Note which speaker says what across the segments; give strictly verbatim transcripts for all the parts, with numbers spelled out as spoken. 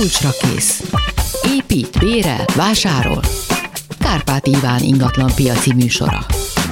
Speaker 1: Kulcsra kész. Épít, bérel, vásárol. Kárpát Iván ingatlan piaci műsora.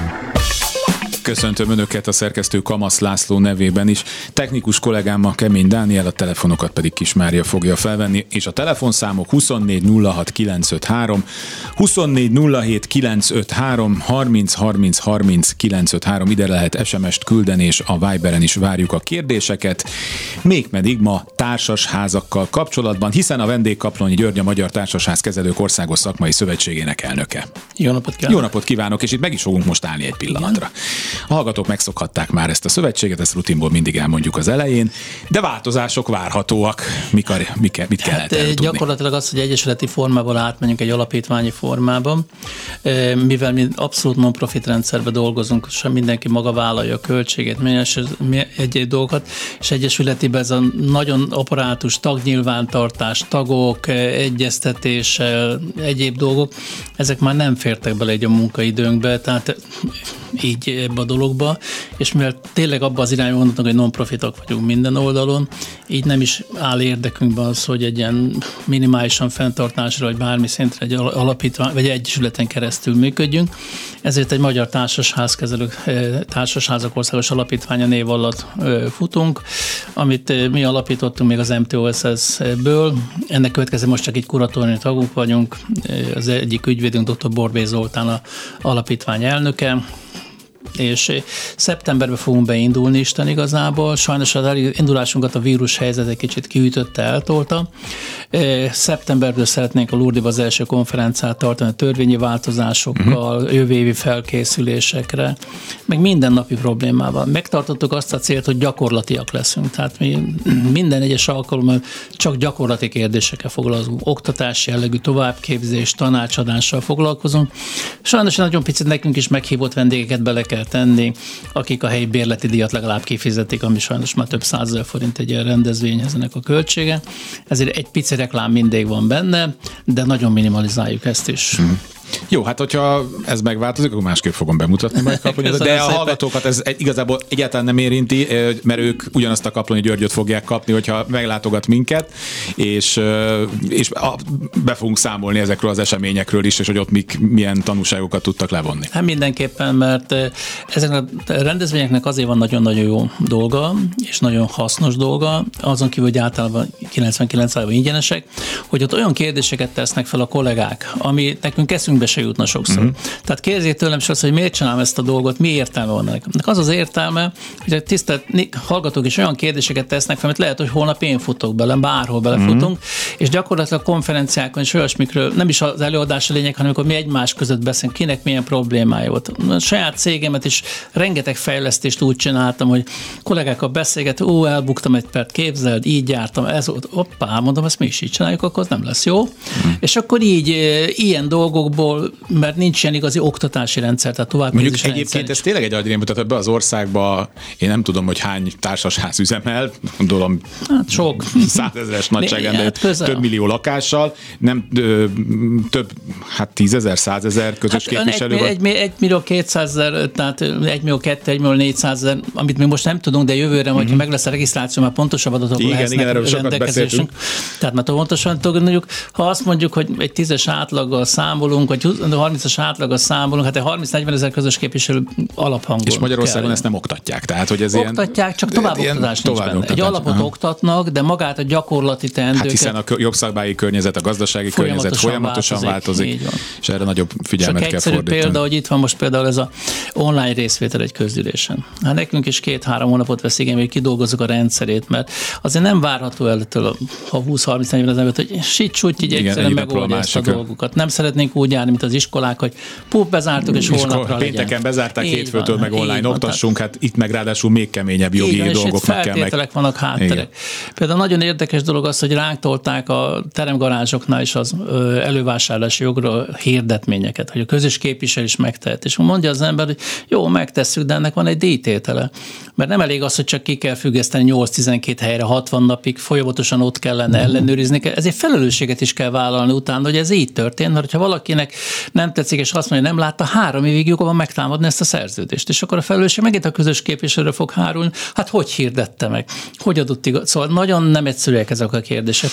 Speaker 2: Köszöntöm Önöket a szerkesztő Kamasz László nevében is. Technikus kollégámmal Kemény Dániel, a telefonokat pedig Kis Mária fogja felvenni, és a telefonszámok huszonnégy nulla hat kilencszázötvenhárom, huszonnégy nulla hét kilencszázötvenhárom, harminc harminc harminc kilencszázötvenhárom, ide lehet es em est küldeni, és a Viberen is várjuk a kérdéseket. Mégpedig ma társasházakkal kapcsolatban, hiszen a vendég Kaplonyi György, a Magyar Társasházkezelők Országos Szakmai Szövetségének elnöke.
Speaker 3: Jó napot kívánok!
Speaker 2: Jó napot kívánok, és itt meg is fogunk most állni egy pillanatra. A hallgatók megszokhatták már ezt a szövetséget, ezt rutinból mindig elmondjuk az elején, de változások várhatóak. Mik a, mik, mit kellett hát, eltudni?
Speaker 3: Gyakorlatilag az, hogy egyesületi formában átmenjünk egy alapítványi formában, mivel mi abszolút non-profit rendszerben dolgozunk, sem mindenki maga vállalja a költségét, egy-egy dolgokat, és egyesületiben ez a nagyon apparátus, tagnyilvántartás, tagok, egyeztetéssel, egyéb dolgok, ezek már nem fértek bele egy a munkaidőnkbe, tehát így ebbe a dologba, és mivel tényleg abban az irányban mondhatunk, hogy non-profitok vagyunk minden oldalon, így nem is áll érdekünkben az, hogy egy ilyen minimálisan fenntartásra, vagy bármi szintre egy alapítvány, vagy egyesületen keresztül működjünk. Ezért egy Magyar Társasházkezelők, Társasházak Országos Alapítványa név alatt futunk, amit mi alapítottunk még az em té o es es-ből. Ennek következően most csak egy kuratóriumi tagunk vagyunk, az egyik ügyvédünk, dr. Borbély Zoltán, a alapítvány elnöke, és szeptemberben fogunk beindulni Isten igazából. Sajnos az indulásunkat a vírus helyzet egy kicsit kiütötte, eltolta. Szeptemberből szeretnénk a Lourdesba az első konferenciát tartani a törvényi változásokkal, uh-huh. jövő évi felkészülésekre, meg mindennapi problémával. Megtartottuk azt a célt, hogy gyakorlatiak leszünk. Tehát mi minden egyes alkalommal csak gyakorlati kérdésekkel foglalkozunk. Oktatási jellegű továbbképzés, tanácsadással foglalkozunk. Sajnos nagyon picit nekünk is meghívott vendégeket bele kell tenni, akik a helyi bérleti díjat legalább kifizetik, ami sajnos már több százezer forint egy ilyen rendezvényhez ennek a költsége. Ezért egy pici reklám mindig van benne, de nagyon minimalizáljuk ezt is. Mm.
Speaker 2: Jó, hát hogyha ez megváltozik, akkor másképp fogom bemutatni majd Kaplonyi, de a hallgatókat ez igazából egyáltalán nem érinti, mert ők ugyanazt a Kaplonyi Györgyöt fogják kapni, hogyha meglátogat minket, és, és be fogunk számolni ezekről az eseményekről is, és hogy ott mik, milyen tanulságokat tudtak levonni.
Speaker 3: Hát mindenképpen, mert ezeknek a rendezvényeknek azért van nagyon-nagyon jó dolga, és nagyon hasznos dolga, azon kívül, hogy általában kilencvenkilenc százalékban ingyenesek, hogy ott olyan kérdéseket tesznek fel a kollégák, ami nekünk eszünkbe se jutna sokszor. Uh-huh. Tehát kérdezzék tőlem is azt, hogy miért csinálom ezt a dolgot, mi értelme van ennek. Az az értelme, hogy a tisztelt hallgatók is olyan kérdéseket tesznek fel, amit lehet, hogy holnap én futok bele, bárhol belefutunk, uh-huh. és gyakorlatilag konferenciákon és olyasmikről nem is az előadás a lényeg, hanem amikor mi egymás között beszélünk, kinek milyen problémája volt. A saját cégemet is rengeteg fejlesztést úgy csináltam, hogy kollégákkal beszélget, ó, elbuktam egy perc, képzeld, így jártam, ez volt, hoppá, mondom, ezt mi is így csináljuk, akkor az nem lesz jó. Uh-huh. És akkor így ilyen dolgokból, mert nincs ilyen igazi oktatási rendszer, tehát tovább.
Speaker 2: Mondjuk egyébként rendszer. Ez tényleg egy agyrém, tehát ebbe az országba, én nem tudom, hogy hány társasház üzemel, gondolom
Speaker 3: hát sok.
Speaker 2: Százezeres nagyságrendben, hát több millió lakással, nem ö, több, hát tízezer, százezer közös hát képviselő
Speaker 3: egy, egy, egy millió kétszázezer, tehát egy millió kettő, egy millió négyszázezer, amit mi most nem tudunk, de jövőre, hogyha mm-hmm. meg lesz a regisztráció, már pontosabb adatok
Speaker 2: igen,
Speaker 3: lesznek
Speaker 2: igen,
Speaker 3: rendelkezésünk. Tehát már pontosan tudjuk, ha azt mondjuk, hogy egy tízes átlaggal számolunk, vagy harmincas átlaggal számolunk, hát egy harminc-negyven ezer közös képviselő alaphangon.
Speaker 2: És Magyarországon kell. Ezt nem oktatják, tehát hogy ez
Speaker 3: oktatják, ilyen, csak tovább oktatás nincs benne. Egy alapot aha. oktatnak, de magát a gyakorlati teendőket.
Speaker 2: Hát hiszen a jogszabályi környezet, a gazdasági környezet folyamatosan változik, változik és erre nagyobb figyelmet kell fordítani. Csak egyszerű példa, hogy itt van most például ez a online részvétel egy közgyűlésen. Hát nekünk is két-három hónapot vesz igénybe, hogy kidolgozzuk a rendszerét, mert azért nem várható el ettől a húsz-harminc-negyven ezer, hogy sit-sut így egyszerűen megoldja ezt a dolgokat. Nem szeretnénk úgy járni, mint az iskolák, hogy puf, bezártuk, és holnapra legyen. Pénteken bezárták, hétfőtől meg online oktassunk, hát itt meg ráadásul még keményebb jogi
Speaker 3: igen,
Speaker 2: dolgoknak kell meg.
Speaker 3: Feltételek vannak, hátterek. Például nagyon érdekes dolog az, hogy ránk tolták a teremgarázsoknál is az elővásárlási jogra hirdetményeket, hogy a közös képviselő is megtehet. És mondja az ember, hogy jó, megtesszük, de ennek van egy díjtétele. Mert nem elég az, hogy csak ki kell függeszteni nyolc-tizenkét helyre, hatvan napig, folyamatosan ott kellene uh-huh. ellenőrizni. Ezért felelősséget is kell vállalni utána, hogy ez így történt, mert ha valakinek nem tetszik, és azt mondja, hogy nem látta, három évig joga van megtámadni ezt a szerződést. És akkor a felelősség megint a közös képviselőre fog hárulni. Hát hogy hirdette meg? Hogy adott igaz? Szóval nagyon nem egyszerűek ezek a kérdések. Például én is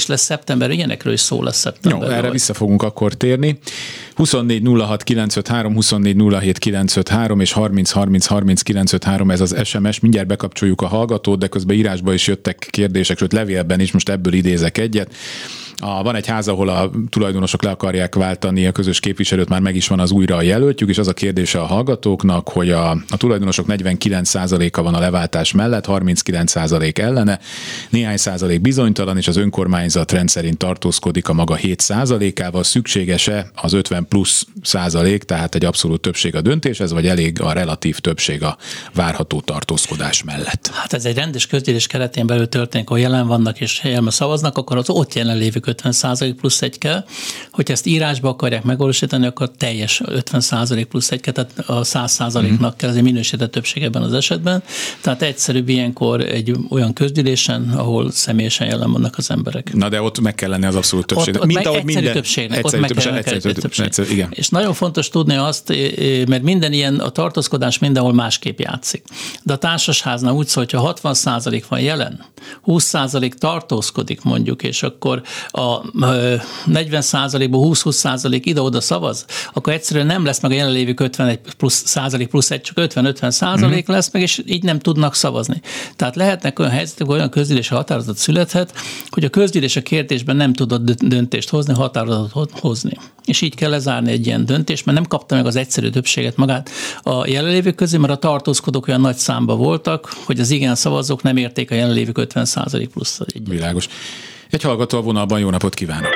Speaker 3: is lesz szeptember, ilyenekről is szó lesz szeptember.
Speaker 2: Jó, erre vissza fogunk akkor térni. huszonnégy nulla hat kilencszázötvenhárom, huszonnégy nulla hét kilencszázötvenhárom és harminc harminc harminc kilencszázötvenhárom ez az es em es. Mindjárt bekapcsoljuk a hallgatót, de közben írásba is jöttek kérdések, sőt levélben is, most ebből idézek egyet. A, van egy ház, ahol a tulajdonosok le akarják váltani a közös képviselőt, már meg is van az újra a jelöltjük, és az a kérdése a hallgatóknak, hogy a, a tulajdonosok negyvenkilenc százaléka van a leváltás mellett, harminckilenc százalék ellene, néhány százalék bizonytalan, és az önkormányzat rendszerint tartózkodik a maga hét százalékával. Szükséges-e az ötven plusz százalék, tehát egy abszolút többség a döntéshez, vagy elég a relatív többség a várható tartózkodás mellett?
Speaker 3: Hát ez egy rendes közgyűlés keretén belül történik, ahol jelen vannak és helyen szavaznak, akkor az ott jelenlévők ötven százalék plusz egy kell. Hogyha ezt írásba akarják megvalósítani, akkor teljes ötven százalék plusz egy kell, tehát a száz százaléknak kell, ez egy minősített többség ebben az esetben. Tehát egyszerűbb ilyenkor egy olyan közgyűlésen, ahol személyesen jelen vannak az emberek.
Speaker 2: Na de ott meg kell lenni az abszolút többség.
Speaker 3: Ott, ott Mint ahogy minden többségnek, egyszerű ott meg kell egyszerű többség. többség. Egyszerű, igen. És nagyon fontos tudni azt, mert minden ilyen, a tartózkodás mindenhol másképp játszik. De a társasháznál úgy szól, hogyha hatvan százalék van jelen, húsz százalék tartózkodik mondjuk, és akkor a negyven százalékból húsz-húsz százalék ide-oda szavaz, akkor egyszerűen nem lesz meg a jelenlévők ötvenegy plusz százalék plusz egy, csak ötven-ötven százalék mm. lesz meg, és így nem tudnak szavazni. Tehát lehetnek olyan helyzetek, olyan közgyűlési határozat születhet, hogy a közgyűlés a kérdésben nem tudott döntést hozni, határozatot hozni. És így kell lezárni egy ilyen döntést, mert nem kapta meg az egyszerű többséget magát a jelenlévők közé, mert a tartózkodók olyan nagy számba voltak, hogy az igen szavazók nem érték a jelenlévők ötven százalék plusz egy.
Speaker 2: Világos. Egy hallgató a vonalban, jó napot kívánok!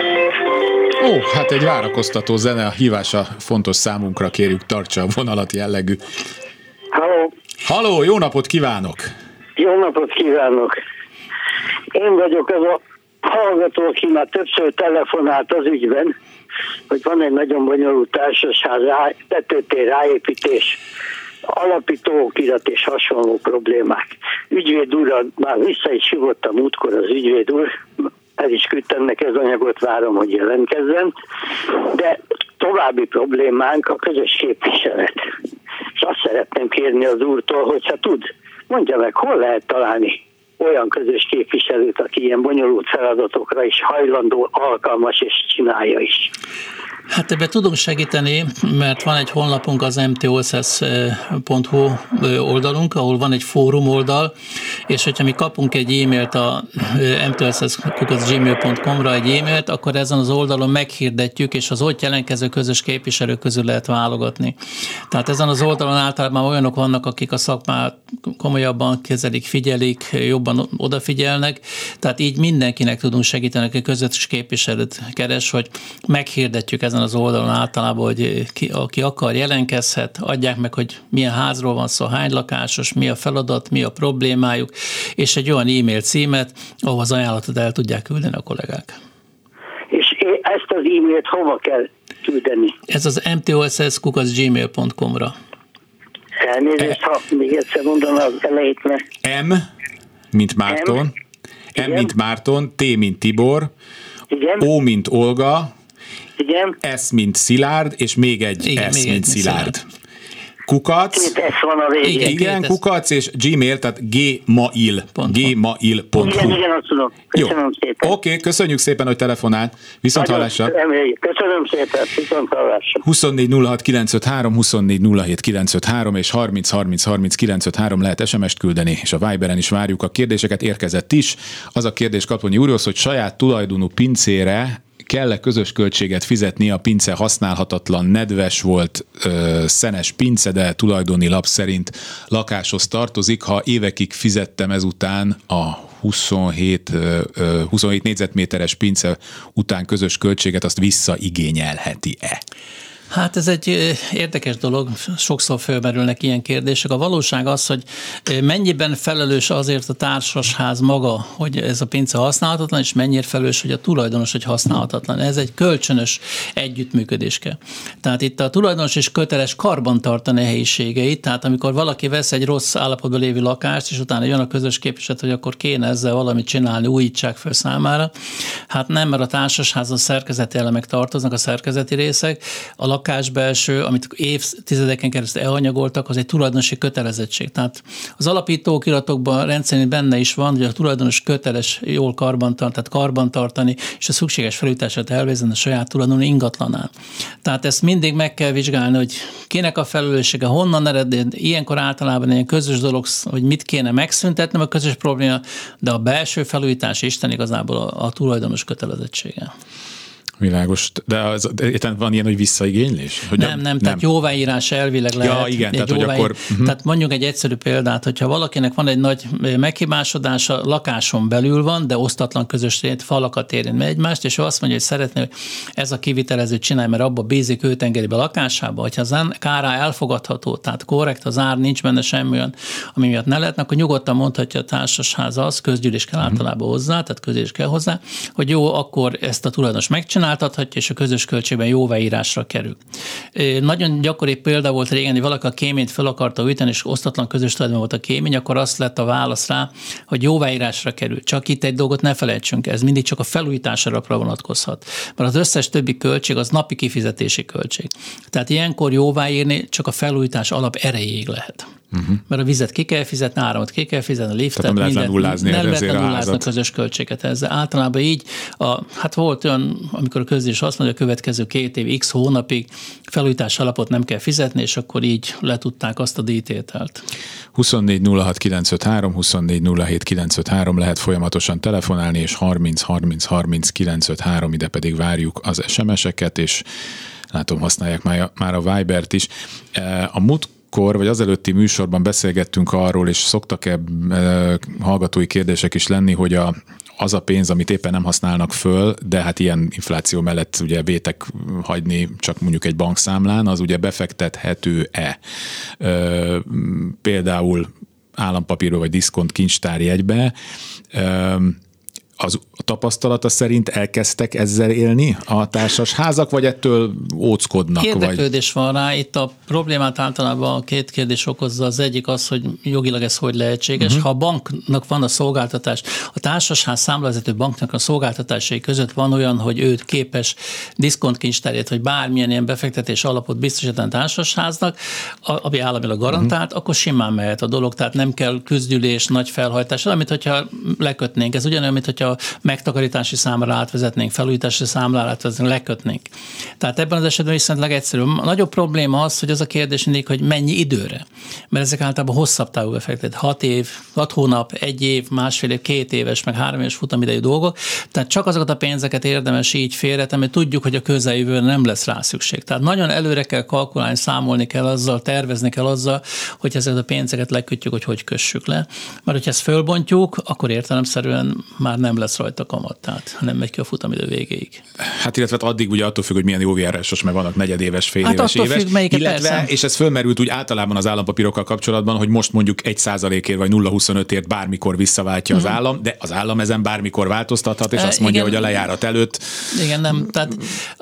Speaker 2: Ó, hát egy várakoztató zene, a hívása fontos számunkra, kérjük, tartsa a vonalat jellegű.
Speaker 4: Halló!
Speaker 2: Halló, jó napot kívánok!
Speaker 4: Jó napot kívánok! Én vagyok az a hallgató, aki már többször telefonált az ügyben, hogy van egy nagyon bonyolult társasház, tetőtér, ráépítés, alapítóokirat és hasonló problémák. Ügyvéd úrral már vissza is hívott a múltkor az ügyvéd úr, el is küldtem neki az anyagot, várom, hogy jelentkezzen, de további problémánk a közös képviselet. És azt szeretném kérni az úrtól, hogyha tud, mondja meg, hol lehet találni olyan közös képviselőt, aki ilyen bonyolult feladatokra is hajlandó, alkalmas és csinálja is.
Speaker 3: Hát ebben tudunk segíteni, mert van egy honlapunk, az em té o es es pont hu oldalunk, ahol van egy fórum oldal, és hogyha mi kapunk egy e-mailt a em té o es es kukac gmail pont com-ra egy e-mailt, akkor ezen az oldalon meghirdetjük, és az ott jelentkező közös képviselők közül lehet válogatni. Tehát ezen az oldalon általában olyanok vannak, akik a szakmát komolyabban kezelik, figyelik, jobban odafigyelnek, tehát így mindenkinek tudunk segíteni, aki közös képviselőt keres, hogy meghirdetjük ezen az oldalon általában, hogy ki, aki akar, jelentkezhet, adják meg, hogy milyen házról van szó, hány lakásos, mi a feladat, mi a problémájuk, és egy olyan e-mail címet, ahol az ajánlatot el tudják küldeni a kollégák.
Speaker 4: És ezt az e-mailt hova kell küldeni?
Speaker 3: Ez az em té o es es kukac gmail pont com-ra.
Speaker 4: Elnézést, e- ha még egyszer mondaná az elejét, mert...
Speaker 2: M, mint Márton, M, M mint Márton, T, mint Tibor,
Speaker 4: igen.
Speaker 2: O, mint Olga,
Speaker 4: igen.
Speaker 2: S, mint Szilárd, és még egy igen, S, még mint egy Szilárd. Szilárd. Kukac.
Speaker 4: Két S van a végén.
Speaker 2: Igen, igen kukac és Gmail, tehát gmail. gmail pont hu.
Speaker 4: Igen, igen, azt tudom. Köszönöm Jó. szépen.
Speaker 2: Oké, okay, köszönjük szépen, hogy telefonált. Viszont hallásra.
Speaker 4: Köszönöm szépen, viszont hallásra.
Speaker 2: huszonnégy nulla hat kilencszázötvenhárom, huszonnégy nulla hét kilencszázötvenhárom és harminc harminc harminc kilencszázötvenhárom lehet es em est küldeni, és a Viberen is várjuk a kérdéseket, érkezett is. Az a kérdés Kaplonyi úrhoz, hogy saját tulajdonú pincére kell-e közös költséget fizetni, a pince használhatatlan, nedves volt, ö, szenes pince, de tulajdoni lap szerint lakáshoz tartozik. Ha évekig fizettem ezután a huszonhét, ö, huszonhét négyzetméteres pince után közös költséget, azt visszaigényelheti-e?
Speaker 3: Hát ez egy érdekes dolog, sokszor felmerülnek ilyen kérdések. A valóság az, hogy mennyiben felelős azért a társasház maga, hogy ez a pince használhatatlan, és mennyire felelős, hogy a tulajdonos, hogy használhatatlan. Ez egy kölcsönös együttműködés kell. Tehát itt a tulajdonos is köteles karbantartani a helyiségeit, tehát amikor valaki vesz egy rossz állapotban lévő lakást, és utána jön a közös képviselet, hogy akkor kéne ezzel valamit csinálni, újítsák fel számára. Hát nem, mert a társasházon szerkezeti elemek tartoznak, a szerkezeti részek, a lakásbelső, amit évtizedeken keresztül elhanyagoltak, az egy tulajdonosi kötelezettség. Tehát az alapítókiratokban rendszerint benne is van, hogy a tulajdonos köteles jól karbantartani, tehát karbantartani, és a szükséges felújítását elvégezni a saját tulajdonú ingatlanán. Tehát ezt mindig meg kell vizsgálni, hogy kinek a felelőssége, honnan ered, ilyenkor általában ilyen közös dolog, hogy mit kéne megszüntetni, a közös probléma, de a belső felújítás Isten igazából a, a tulajdonos kötelezettsége.
Speaker 2: Világos. De az, van ilyen, hogy visszaigénylés? Hogy
Speaker 3: nem, nem, nem, tehát jóváírás elvileg lehet.
Speaker 2: Ja, igen, tehát,
Speaker 3: jóváír...
Speaker 2: hogy akkor... Uh-huh.
Speaker 3: Tehát mondjuk egy egyszerű példát, hogyha valakinek van egy nagy meghibásodása, lakáson belül van, de osztatlan közösség, falakat érint egymást, és ő azt mondja, hogy szeretné, hogy ez a kivitelező csinálj, mert abba bízik, őt engedi be lakásába, hogyha az kára elfogadható, tehát korrekt, az ár, nincs benne semmi olyan, ami miatt ne lehetne, akkor nyugodtan mondhatja a társasház az, közgyűlés kell uh-huh. általában hozzá, tehát közgyűlés kell hozzá, hogy jó, akkor ezt a tulajdonos megcsinál, csináltathatja, és a közös költségben jóváírásra kerül. Nagyon gyakori példa volt régen, hogy valaki a kéményt fel akarta újítani, és osztatlan közös tulajdonban volt a kémény, akkor azt lett a válasz rá, hogy jóváírásra kerül. Csak itt egy dolgot ne felejtsünk, ez mindig csak a felújításra vonatkozhat. Mert az összes többi költség az napi kifizetési költség. Tehát ilyenkor jóváírni csak a felújítás alap erejéig lehet. Uh-huh. Mert a vizet ki kell fizetni, áramot ki kell fizetni, a liftet,
Speaker 2: tehát nem lehet lenullázni,
Speaker 3: nem lehet lenullázni a közös költséget ezzel. Általában így, a, hát volt olyan, amikor a közgyűlés azt mondja, hogy a következő két év, x hónapig felújítás alapot nem kell fizetni, és akkor így letudták azt a díjtételt.
Speaker 2: huszonnégy nulla hat kilencszázötvenhárom, huszonnégy nulla hét kilencszázötvenhárom lehet folyamatosan telefonálni, és harminc harminc harminc kilencszázötvenhárom, ide pedig várjuk az es em es-eket, és látom, használják már a Vibert is. A múlt Kor, vagy az előtti műsorban beszélgettünk arról, és szoktak-e e, hallgatói kérdések is lenni, hogy a, az a pénz, amit éppen nem használnak föl, de hát ilyen infláció mellett ugye vétek hagyni csak mondjuk egy bankszámlán, az ugye befektethető-e? E, például állampapírba vagy diszkont kincstárjegybe. E, az tapasztalata szerint elkezdtek ezzel élni a társasházak, vagy ettől óckodnak?
Speaker 3: Érdeklődés
Speaker 2: vagy...
Speaker 3: van rá. Itt a problémát általában a két kérdés okozza. Az egyik az, hogy jogilag ez hogy lehetséges. Uh-huh. Ha a banknak van a szolgáltatás, a társasház számlavezető banknak a szolgáltatásai között van olyan, hogy ő képes diszkontkincstárjegyet, vagy bármilyen ilyen befektetés alapot biztosítani a társasháznak, ami államilag garantált, uh-huh. akkor simán mehet a dolog, tehát nem kell közgyűlés, nagy felhajtás, amit hogyha lekötnénk. Ez ugyanolyan, mint hogyha megtakarítási számlára átvezetnénk, felújítási számlára átvezetnénk, lekötnénk. Tehát ebben az esetben viszont legegyszerűbb. A nagyobb probléma az, hogy az a kérdés mindig, hogy mennyi időre. Mert ezek általában hosszabb távú befektetés. Hat év, hat hónap, egy év, másfél év, két éves, meg három éves futamidejű dolgok. Tehát csak azokat a pénzeket érdemes így félretenni, mert tudjuk, hogy a közeljövőben nem lesz rá szükség. Tehát nagyon előre kell kalkulálni, számolni kell azzal, tervezni kell azzal, hogy ezeket a pénzeket lekötjük, hogy hogy kössük le. Mert hogyha ezt fölbontjuk, akkor értelemszerűen már nem lesz rajta kamat, tehát nem megy ki a futamidő végéig.
Speaker 2: Hát illetve addig ugye attól függ, hogy milyen jójárásos, mert vannak negyedéves, fél éves, hát éves.
Speaker 3: Függ, illetve,
Speaker 2: persze. És ez fölmerült úgy általában az állampapírokkal kapcsolatban, hogy most mondjuk egy százalékért vagy nulla egész huszonötért bármikor visszaváltja uh-huh. az állam, de az állam ezen bármikor változtathat, és azt mondja, igen, hogy a lejárat előtt.
Speaker 3: Igen, nem. Tehát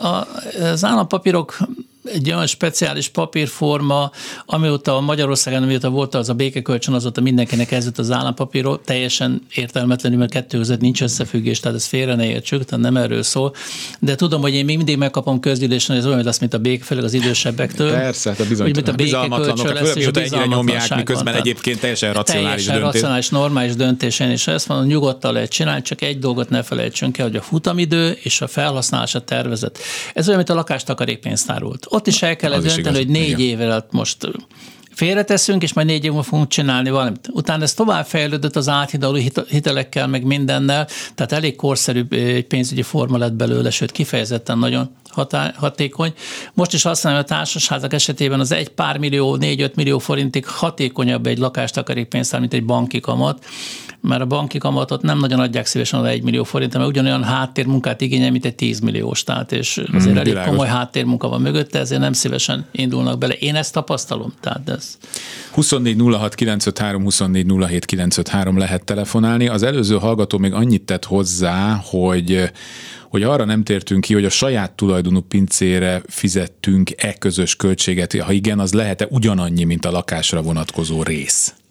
Speaker 3: az állampapírok egy olyan speciális papírforma, amióta Magyarországon, amióta volt az a békekölcsön, azóta mindenkinek ez jut az állampapírról, teljesen értelmetlenül, mert kettő között nincs összefüggés, tehát ez félre ne értsük, tehát nem erről szól. De tudom, hogy én még mindig megkapom közgyűlésen, hogy ez olyan lesz, mint a béke, főleg az idősebbektől.
Speaker 2: Persze, tehát bizony,
Speaker 3: mint a
Speaker 2: bizalmatlanok,
Speaker 3: lesz,
Speaker 2: mióta egyre nyomják, miközben egyébként teljesen racionális
Speaker 3: teljesen
Speaker 2: döntés.
Speaker 3: racionális, normális döntésen, és ezt mondom, nyugodtan lehet csinálni, csak egy dolgot ne felejtsünk el, hogy a futamidő és a felhasználása tervezet. Ez olyan, mint a lakástakarékpénztár volt. Ott is el kellett dönteni, hogy négy évvel most félreteszünk, és majd négy évvel fogunk csinálni valamit. Utána ez tovább fejlődött az áthidaló hitelekkel, meg mindennel, tehát elég korszerű pénzügyi forma lett belőle, sőt kifejezetten nagyon hatá- hatékony. Most is azt mondom, hogy a társasházak esetében az egy pár millió, négy-öt millió forintig hatékonyabb egy lakástakarékpénztár, mint egy banki kamat, mert a banki kamatot nem nagyon adják szívesen az egy millió forint, mert ugyanolyan háttérmunkát igényel, mint egy tíz milliós, tehát és azért mm, elég komoly háttérmunka van mögötte, ezért nem szívesen indulnak bele. Én ezt tapasztalom, tehát ez.
Speaker 2: huszonnégy nulla hat kilencszázötvenhárom, huszonnégy nulla hét kilencszázötvenhárom lehet telefonálni. Az előző hallgató még annyit tett hozzá, hogy hogy arra nem tértünk ki, hogy a saját tulajdonú pincére fizettünk-e közös költséget, ha igen, az lehet-e ugyanannyi, mint a lakásra vonatkozó rész?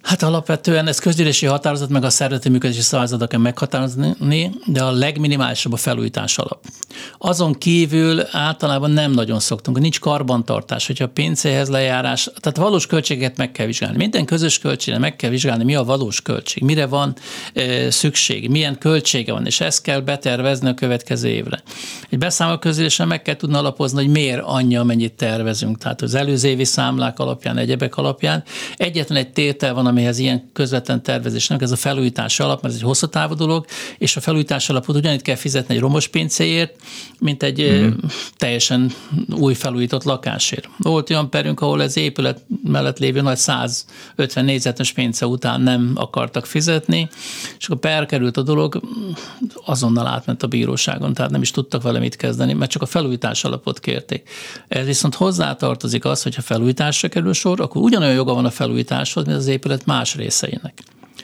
Speaker 3: Hát alapvetően ez közgyűlési határozat, meg a szervezeti működési szabályzatot kell meghatározni, de a legminimálisabb a felújítás alap. Azon kívül általában nem nagyon szoktunk, nincs karbantartás, hogyha pincéhez lejárás, tehát valós költségeket meg kell vizsgálni. Minden közös költségnek meg kell vizsgálni, mi a valós költség, mire van e, szükség, milyen költsége van, és ezt kell betervezni a következő évre. Egy beszámolóközülésen meg kell tudni alapozni, hogy miért annyi, amennyit tervezünk. Tehát az előző évi számlák alapján, egyebek alapján. Egyetlen egy tétel van, amihez ilyen közvetlen tervezés nem, ez a felújítási alap, mert ez egy hosszú távú dolog, és a felújítási alapot ugyanitt kell fizetni egy romos pincéért, mint egy mm. teljesen új felújított lakásért. Volt olyan perünk, ahol ez épület mellett lévő nagy százötven négyzetes pince után nem akartak fizetni, és akkor per került a dolog, azonnal átment a bíróságon, tehát nem is tudtak vele mit kezdeni, mert csak a felújítás alapot kérték. Ez viszont hozzátartozik az, hogyha felújításra kerül sor, akkor ugyanolyan joga van a felújításhoz, mint az épület más részeinek.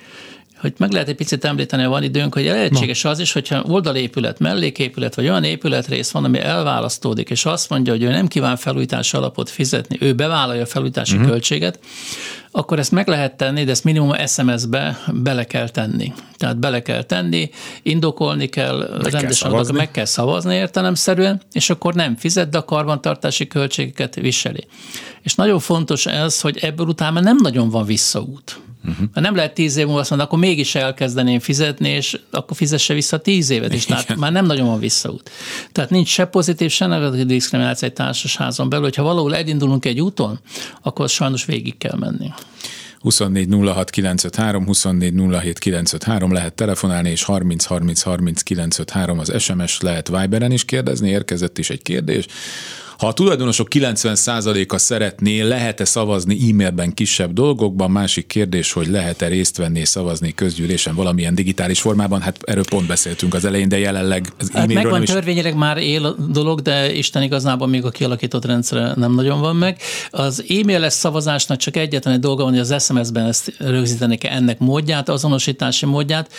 Speaker 3: Hogy meg lehet egy picit említeni, ha van időnk, hogy lehetséges az is, hogyha oldalépület, melléképület, vagy olyan épületrész van, ami elválasztódik, és azt mondja, hogy ő nem kíván felújítási alapot fizetni, ő bevállalja a felújítási uh-huh. költséget, akkor ezt meg lehet tenni, de ezt minimum es em es-be bele kell tenni. Tehát bele kell tenni, indokolni kell, meg rendesen kell meg kell szavazni értelemszerűen, és akkor nem fizet, de a karbantartási költségeket viseli. És nagyon fontos ez, hogy ebből utána nem nagyon van visszaút. Uh-huh. Mert nem lehet tíz év múlva azt mondani, akkor mégis elkezdeném fizetni, és akkor fizesse vissza tíz évet is. Tehát már nem nagyon van visszaút. Tehát nincs se pozitív, se negatív diszkrimináció egy társasházon belül, hogyha valahol elindulunk egy úton, akkor sajnos végig kell menni.
Speaker 2: huszonnégy nulla hat kilencszázötvenhárom, huszonnégy nulla hét kilencszázötvenhárom lehet telefonálni, és harminc harminc harminc kilencszázötvenhárom az es em es, lehet Viberen is kérdezni, érkezett is egy kérdés. Ha a tulajdonosok kilencven százaléka szeretné, lehet-e szavazni e-mailben kisebb dolgokban? Másik kérdés, hogy lehet-e részt venni és szavazni közgyűlésen valamilyen digitális formában? Hát erről pont beszéltünk az elején, de jelenleg az
Speaker 3: hát e-mailről megvan is... törvényileg már él a dolog, de Isten igazából még a kialakított rendszer nem nagyon van meg. Az e-mailes szavazásnak csak egyetlen egy dolga van, hogy az es em es-ben ezt rögzíteni kell, ennek módját, azonosítási módját.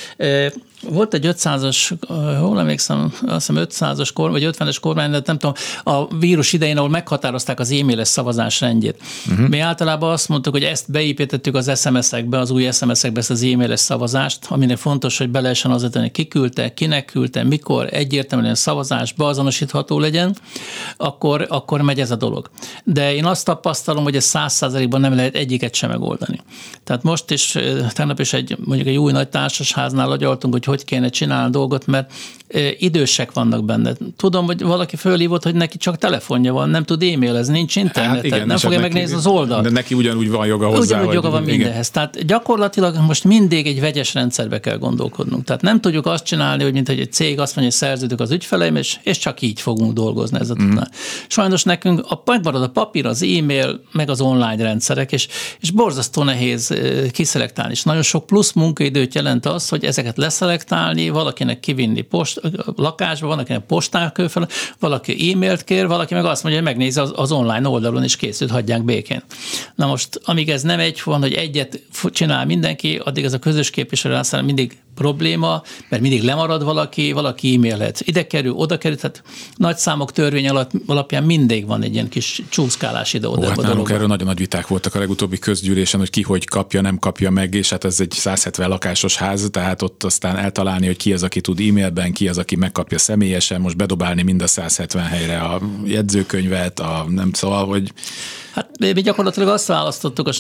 Speaker 3: Volt egy ötszázas, hol emlékszem, azt hiszem ötszázas kormány, vagy ötvenes kormány, de nem tudom, a vírus idején, ahol meghatározták az e-mailes szavazás rendjét. Uh-huh. Mi általában azt mondtuk, hogy ezt beépítettük az es em es-ekbe, az új es em es-ekbe ezt az e-mailes szavazást, aminek fontos, hogy be lehessen azért tenni, ki küldte, kinek küldte, mikor egyértelműen szavazás beazonosítható legyen, akkor, akkor megy ez a dolog. De én azt tapasztalom, hogy ez száz százalékban nem lehet egyiket sem megoldani. Tehát most is, tegnap is egy, mondjuk egy új nagy társasháznál agyaltunk, hogy hogy kéne csinálni a dolgot, mert idősek vannak benne. Tudom, hogy valaki fölhívott, hogy neki csak telefonja van, nem tud e-mailezni, nincs internet, hát igen, nem fogja megnézni az oldalt.
Speaker 2: De neki ugyanúgy van joga hozzá.
Speaker 3: Ugyanúgy joga van mindenhez. Tehát gyakorlatilag most mindig egy vegyes rendszerbe kell gondolkodnunk. Tehát nem tudjuk azt csinálni, hogy mint egy cég azt mondja, hogy szerződök az ügyfeleim, és, és csak így fogunk dolgozni. Ez a mm. Sajnos nekünk a, megmarad a papír, az e-mail, meg az online rendszerek, és, és borzasztó nehéz kiszelektálni. És nagyon sok plusz munkaidőt jelent az, hogy ezeket leszelektálni, valakinek kivinni post, lakásba, van, akinek postán kell fel, valaki e-mailt kér, valaki meg azt mondja, hogy megnézi az, az online oldalon, és készült, hagyják békén. Na most, amíg ez nem egy van, hogy egyet csinál mindenki, addig ez a közös képviselő aztán mindig probléma, mert mindig lemarad valaki, valaki e-mailhet. Ide kerül, oda kerül, tehát nagy számok törvény alapján mindig van egy ilyen kis csúszkálás ide-oda.
Speaker 2: Ó, hát nálunk erről nagyon nagy viták voltak a legutóbbi közgyűlésen, hogy ki hogy kapja, nem kapja meg, és hát ez egy száz hetven lakásos ház, tehát ott aztán eltalálni, hogy ki az, aki tud e-mailben, ki az, aki megkapja személyesen, most bedobálni mind a száz hetven helyre a jegyzőkönyvet, a nem szóval, hogy...
Speaker 3: Hát mi gyakorlatilag azt választottuk,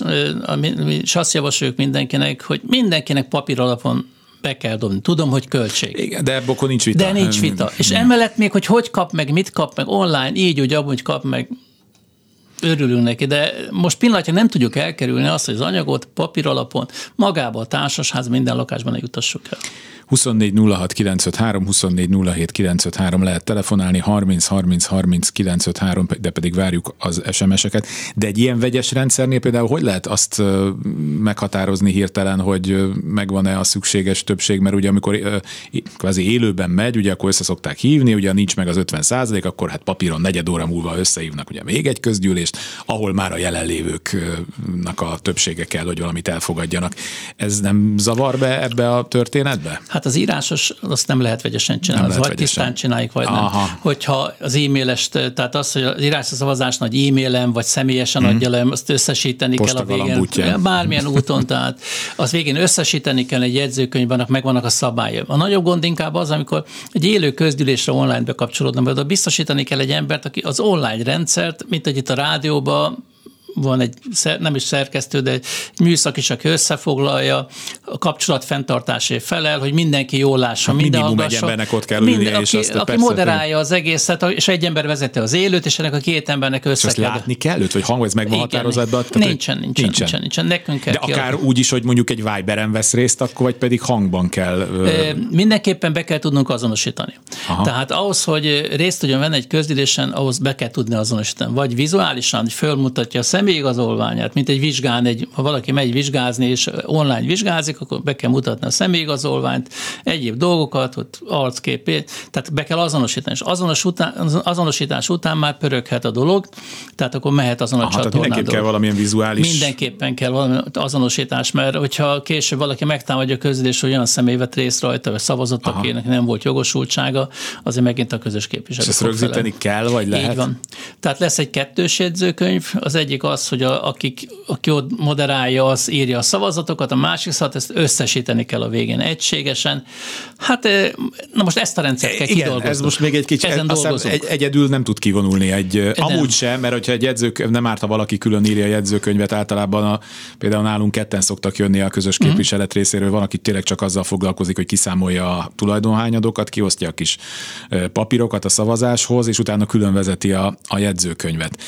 Speaker 3: és azt javasoljuk mindenkinek, hogy mindenkinek papír alapon be kell dobni. Tudom, hogy költség.
Speaker 2: Igen, de ebből nincs vita.
Speaker 3: De nincs vita. És emellett még, hogy hogy kap meg, mit kap meg online, így, úgy, abban, hogy kap meg, örülünk neki, de most pillanatnyilag nem tudjuk elkerülni azt, hogy az anyagot papír alapon magába a társasház minden lakásban ne jutassuk el.
Speaker 2: huszonnégy nulla hat kilencszázötvenhárom, huszonnégy nulla hét kilencszázötvenhárom lehet telefonálni, harminc harminc harminc kilencszázötvenhárom, de pedig várjuk az es em es-eket. De egy ilyen vegyes rendszernél például hogy lehet azt meghatározni hirtelen, hogy megvan-e a szükséges többség, mert ugye amikor kvázi élőben megy, ugye akkor össze szokták hívni, ugye nincs meg az ötven százalék, akkor hát papíron negyed óra múlva összehívnak ugye még egy közgyűlést, ahol már a jelenlévőknek a többsége kell, hogy valamit elfogadjanak. Ez nem zavar be ebbe a történetbe?
Speaker 3: Hát az írásos, azt nem lehet vegyesen csinálni, vagy vegyesen. Tisztán csináljuk, vagy Aha. nem. Hogyha az e-mailes, tehát az, hogy az írásos szavazás nagy e-mailem, vagy személyesen hmm. adja le, azt összesíteni Posta kell a végén. Bútján. Bármilyen úton, tehát az végén összesíteni kell egy jegyzőkönyvben, megvannak a szabályok. A nagyobb gond inkább az, amikor egy élő közgyűlésre online bekapcsolódnak, mert biztosítani kell egy embert, aki az online rendszert, mint hogy itt a rádióban van egy, nem is szerkesztő, de egy műszak is, aki összefoglalja, a kapcsolat fenntartásért felel, hogy mindenki jól lássa,
Speaker 2: hát
Speaker 3: minden
Speaker 2: minimum egy embernek ott kell ülnie,
Speaker 3: minden,
Speaker 2: és
Speaker 3: aki,
Speaker 2: azt
Speaker 3: aki
Speaker 2: persze,
Speaker 3: moderálja hogy... az egészet, és egy ember vezeti az élőt, és ennek a két embernek össze kell.
Speaker 2: látni kell őt, vagy hang, ez meg van határozatban?
Speaker 3: Nincsen, nincsen, nincsen, nincsen, nincsen. Nekünk kell
Speaker 2: de akár kialakul. Úgy is, hogy mondjuk egy Viberen vesz részt, akkor vagy pedig hangban kell.
Speaker 3: Ö... Mindenképpen be kell tudnunk azonosítani. Aha. Tehát ahhoz, hogy részt tudjon venni egy közgyűlésen, ahhoz be kell tudni azonosítani. Vagy vizuálisan, hogy fölmutatja a személyigazolványát, mint egy vizsgán, egy, ha valaki megy vizsgázni, és online vizsgázik, akkor be kell mutatni a személyigazolványt, egyéb dolgokat, ott arcképét, tehát be kell azonosítani. És azonos után, azonosítás után már pöröghet a dolog, tehát akkor mehet azon a Aha, csatornán.
Speaker 2: Mindenképpen kell valamilyen vizuális...
Speaker 3: Mindenképpen kell valami azonosítás, mert hogyha később valaki megtámadja a közülés, hogy olyan személy vett részt rajta, vagy szavazott, Aha. akinek nem volt jogosultsága, azért megint a közös képviselő.
Speaker 2: És ezt rögzíteni kell, vagy lehet?
Speaker 3: Így van. Tehát lesz egy kettős jegyzőkönyv, az egyik az, hogy a, akik aki ott moderálja, az írja a szavazatokat, a másik szóval ezt összesíteni kell a végén egységesen. Hát, na most ezt a rendszert kell
Speaker 2: Igen,
Speaker 3: kidolgozni.
Speaker 2: ez most még egy kicsit, egy, egyedül nem tud kivonulni egy, De amúgy nem. sem, mert hogyha egy jegyzőkönyv, nem árt, ha valaki külön írja a jegyzőkönyvet, általában a, például nálunk ketten szoktak jönni a közös képviselet mm. részéről, van, aki tényleg csak azzal foglalkozik, hogy kiszámolja a tulajdonhányadokat, kiosztja a kis papírokat a szavazáshoz, és utána külön vezeti a, a jegyzőkönyvet.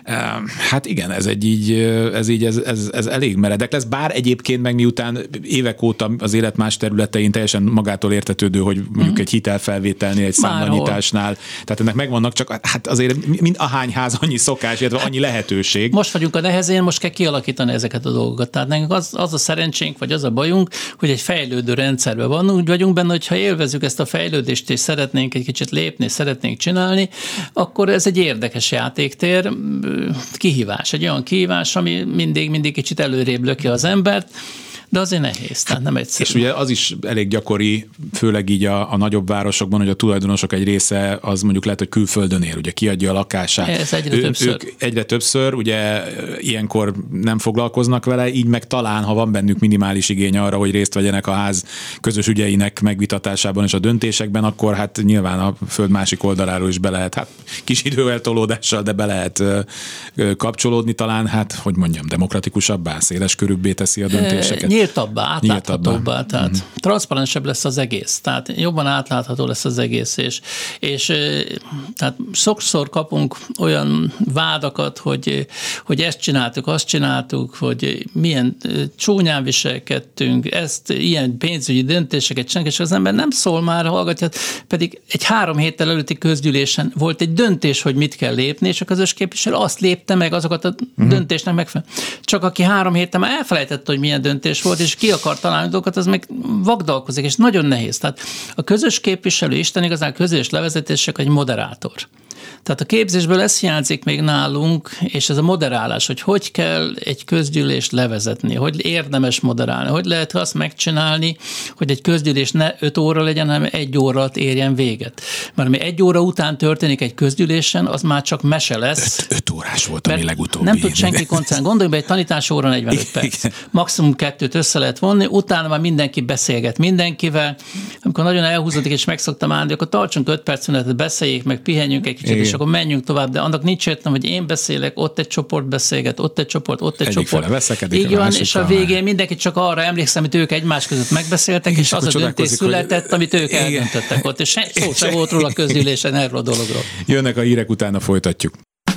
Speaker 2: Hát igen, ez egy így ez így ez, ez, ez elég meredek lesz, bár egyébként meg miután évek óta az élet más területein teljesen magától értetődő, hogy mondjuk egy hitelfelvételnél, egy számlanyításnál, tehát ennek megvannak, csak hát azért mind ahány ház annyi szokás, illetve annyi lehetőség.
Speaker 3: Most vagyunk a nehezén, most kell kialakítani ezeket a dolgokat. Tehát nekünk az, az a szerencsénk, vagy az a bajunk, hogy egy fejlődő rendszerben van, úgy vagyunk benne, hogyha élvezzük ezt a fejlődést, és szeretnénk egy kicsit lépni, szeretnénk csinálni, akkor ez egy érdekes játéktér, kihívás, egy olyan kihívás, ami mindig, mindig kicsit előrébb löki az embert, de azért nehéz, tehát nem egyszerű.
Speaker 2: És ugye az is elég gyakori, főleg így a, a nagyobb városokban, hogy a tulajdonosok egy része az mondjuk lehet, hogy külföldön él, ugye kiadja a lakását.
Speaker 3: Ez egyre ő, többször.
Speaker 2: Ők egyre többször, ugye ilyenkor nem foglalkoznak vele, így meg talán, ha van bennük minimális igény arra, hogy részt vegyenek a ház közös ügyeinek megvitatásában és a döntésekben, akkor hát nyilván a föld másik oldaláról is be lehet, hát kis időeltolódással, de be lehet kapcsolódni talán, hát hogy mondjam, demokratikusabbá, széles körűbbé teszi a döntéseket.
Speaker 3: Nyíltabbá, átláthatóbbá, tehát mm-hmm. transzparensebb lesz az egész, tehát jobban átlátható lesz az egész, és, és tehát sokszor kapunk olyan vádakat, hogy, hogy ezt csináltuk, azt csináltuk, hogy milyen csúnyán viselkedtünk, ezt ilyen pénzügyi döntéseket csinálunk, és az ember nem szól már, hallgatja, pedig egy három héttel előtti közgyűlésen volt egy döntés, hogy mit kell lépni, és a közös képviselő azt lépte meg, azokat a mm-hmm. döntésnek megfelelően. Csak aki három héttel már elfelejtette, hogy milyen döntés volt, és ki akar találni dolgokat, az meg vagdalkozik, és nagyon nehéz. Tehát a közös képviselő, Isten igazán közös levezetések egy moderátor. Tehát a képzésből ez hiányzik még nálunk, és ez a moderálás, hogy hogy kell egy közgyűlést levezetni, hogy érdemes moderálni, hogy lehet azt megcsinálni, hogy egy közgyűlés ne öt óra legyen, hanem egy óra alatt érjen véget. Mert ami egy óra után történik egy közgyűlésen, az már csak mese lesz.
Speaker 2: Öt, öt órás volt, ami legutóbbi.
Speaker 3: Nem tud senki koncentrálni. Gondolj be, egy tanítás óra negyvenöt perc. Maximum kettőt össze lehet vonni, utána már mindenki beszélget mindenkivel. Amikor nagyon elhúzódik, és megszoktam állni, akkor tartsunk öt perc szünetet, beszéljék meg, pihenjünk egy kicsit, és akkor menjünk tovább, de annak nincs értem, hogy én beszélek, ott egy csoport beszélget, ott egy csoport, ott egy
Speaker 2: Egyik
Speaker 3: csoport.
Speaker 2: Veszekedik,
Speaker 3: így van, és a végén mindenki csak arra emlékszem, amit ők egymás között megbeszéltek, és, és az a döntés született, hogy... amit ők eldöntöttek ott, és szó sem volt róla a közgyűlésen erről a dologról.
Speaker 2: Jönnek a hírek, utána folytatjuk.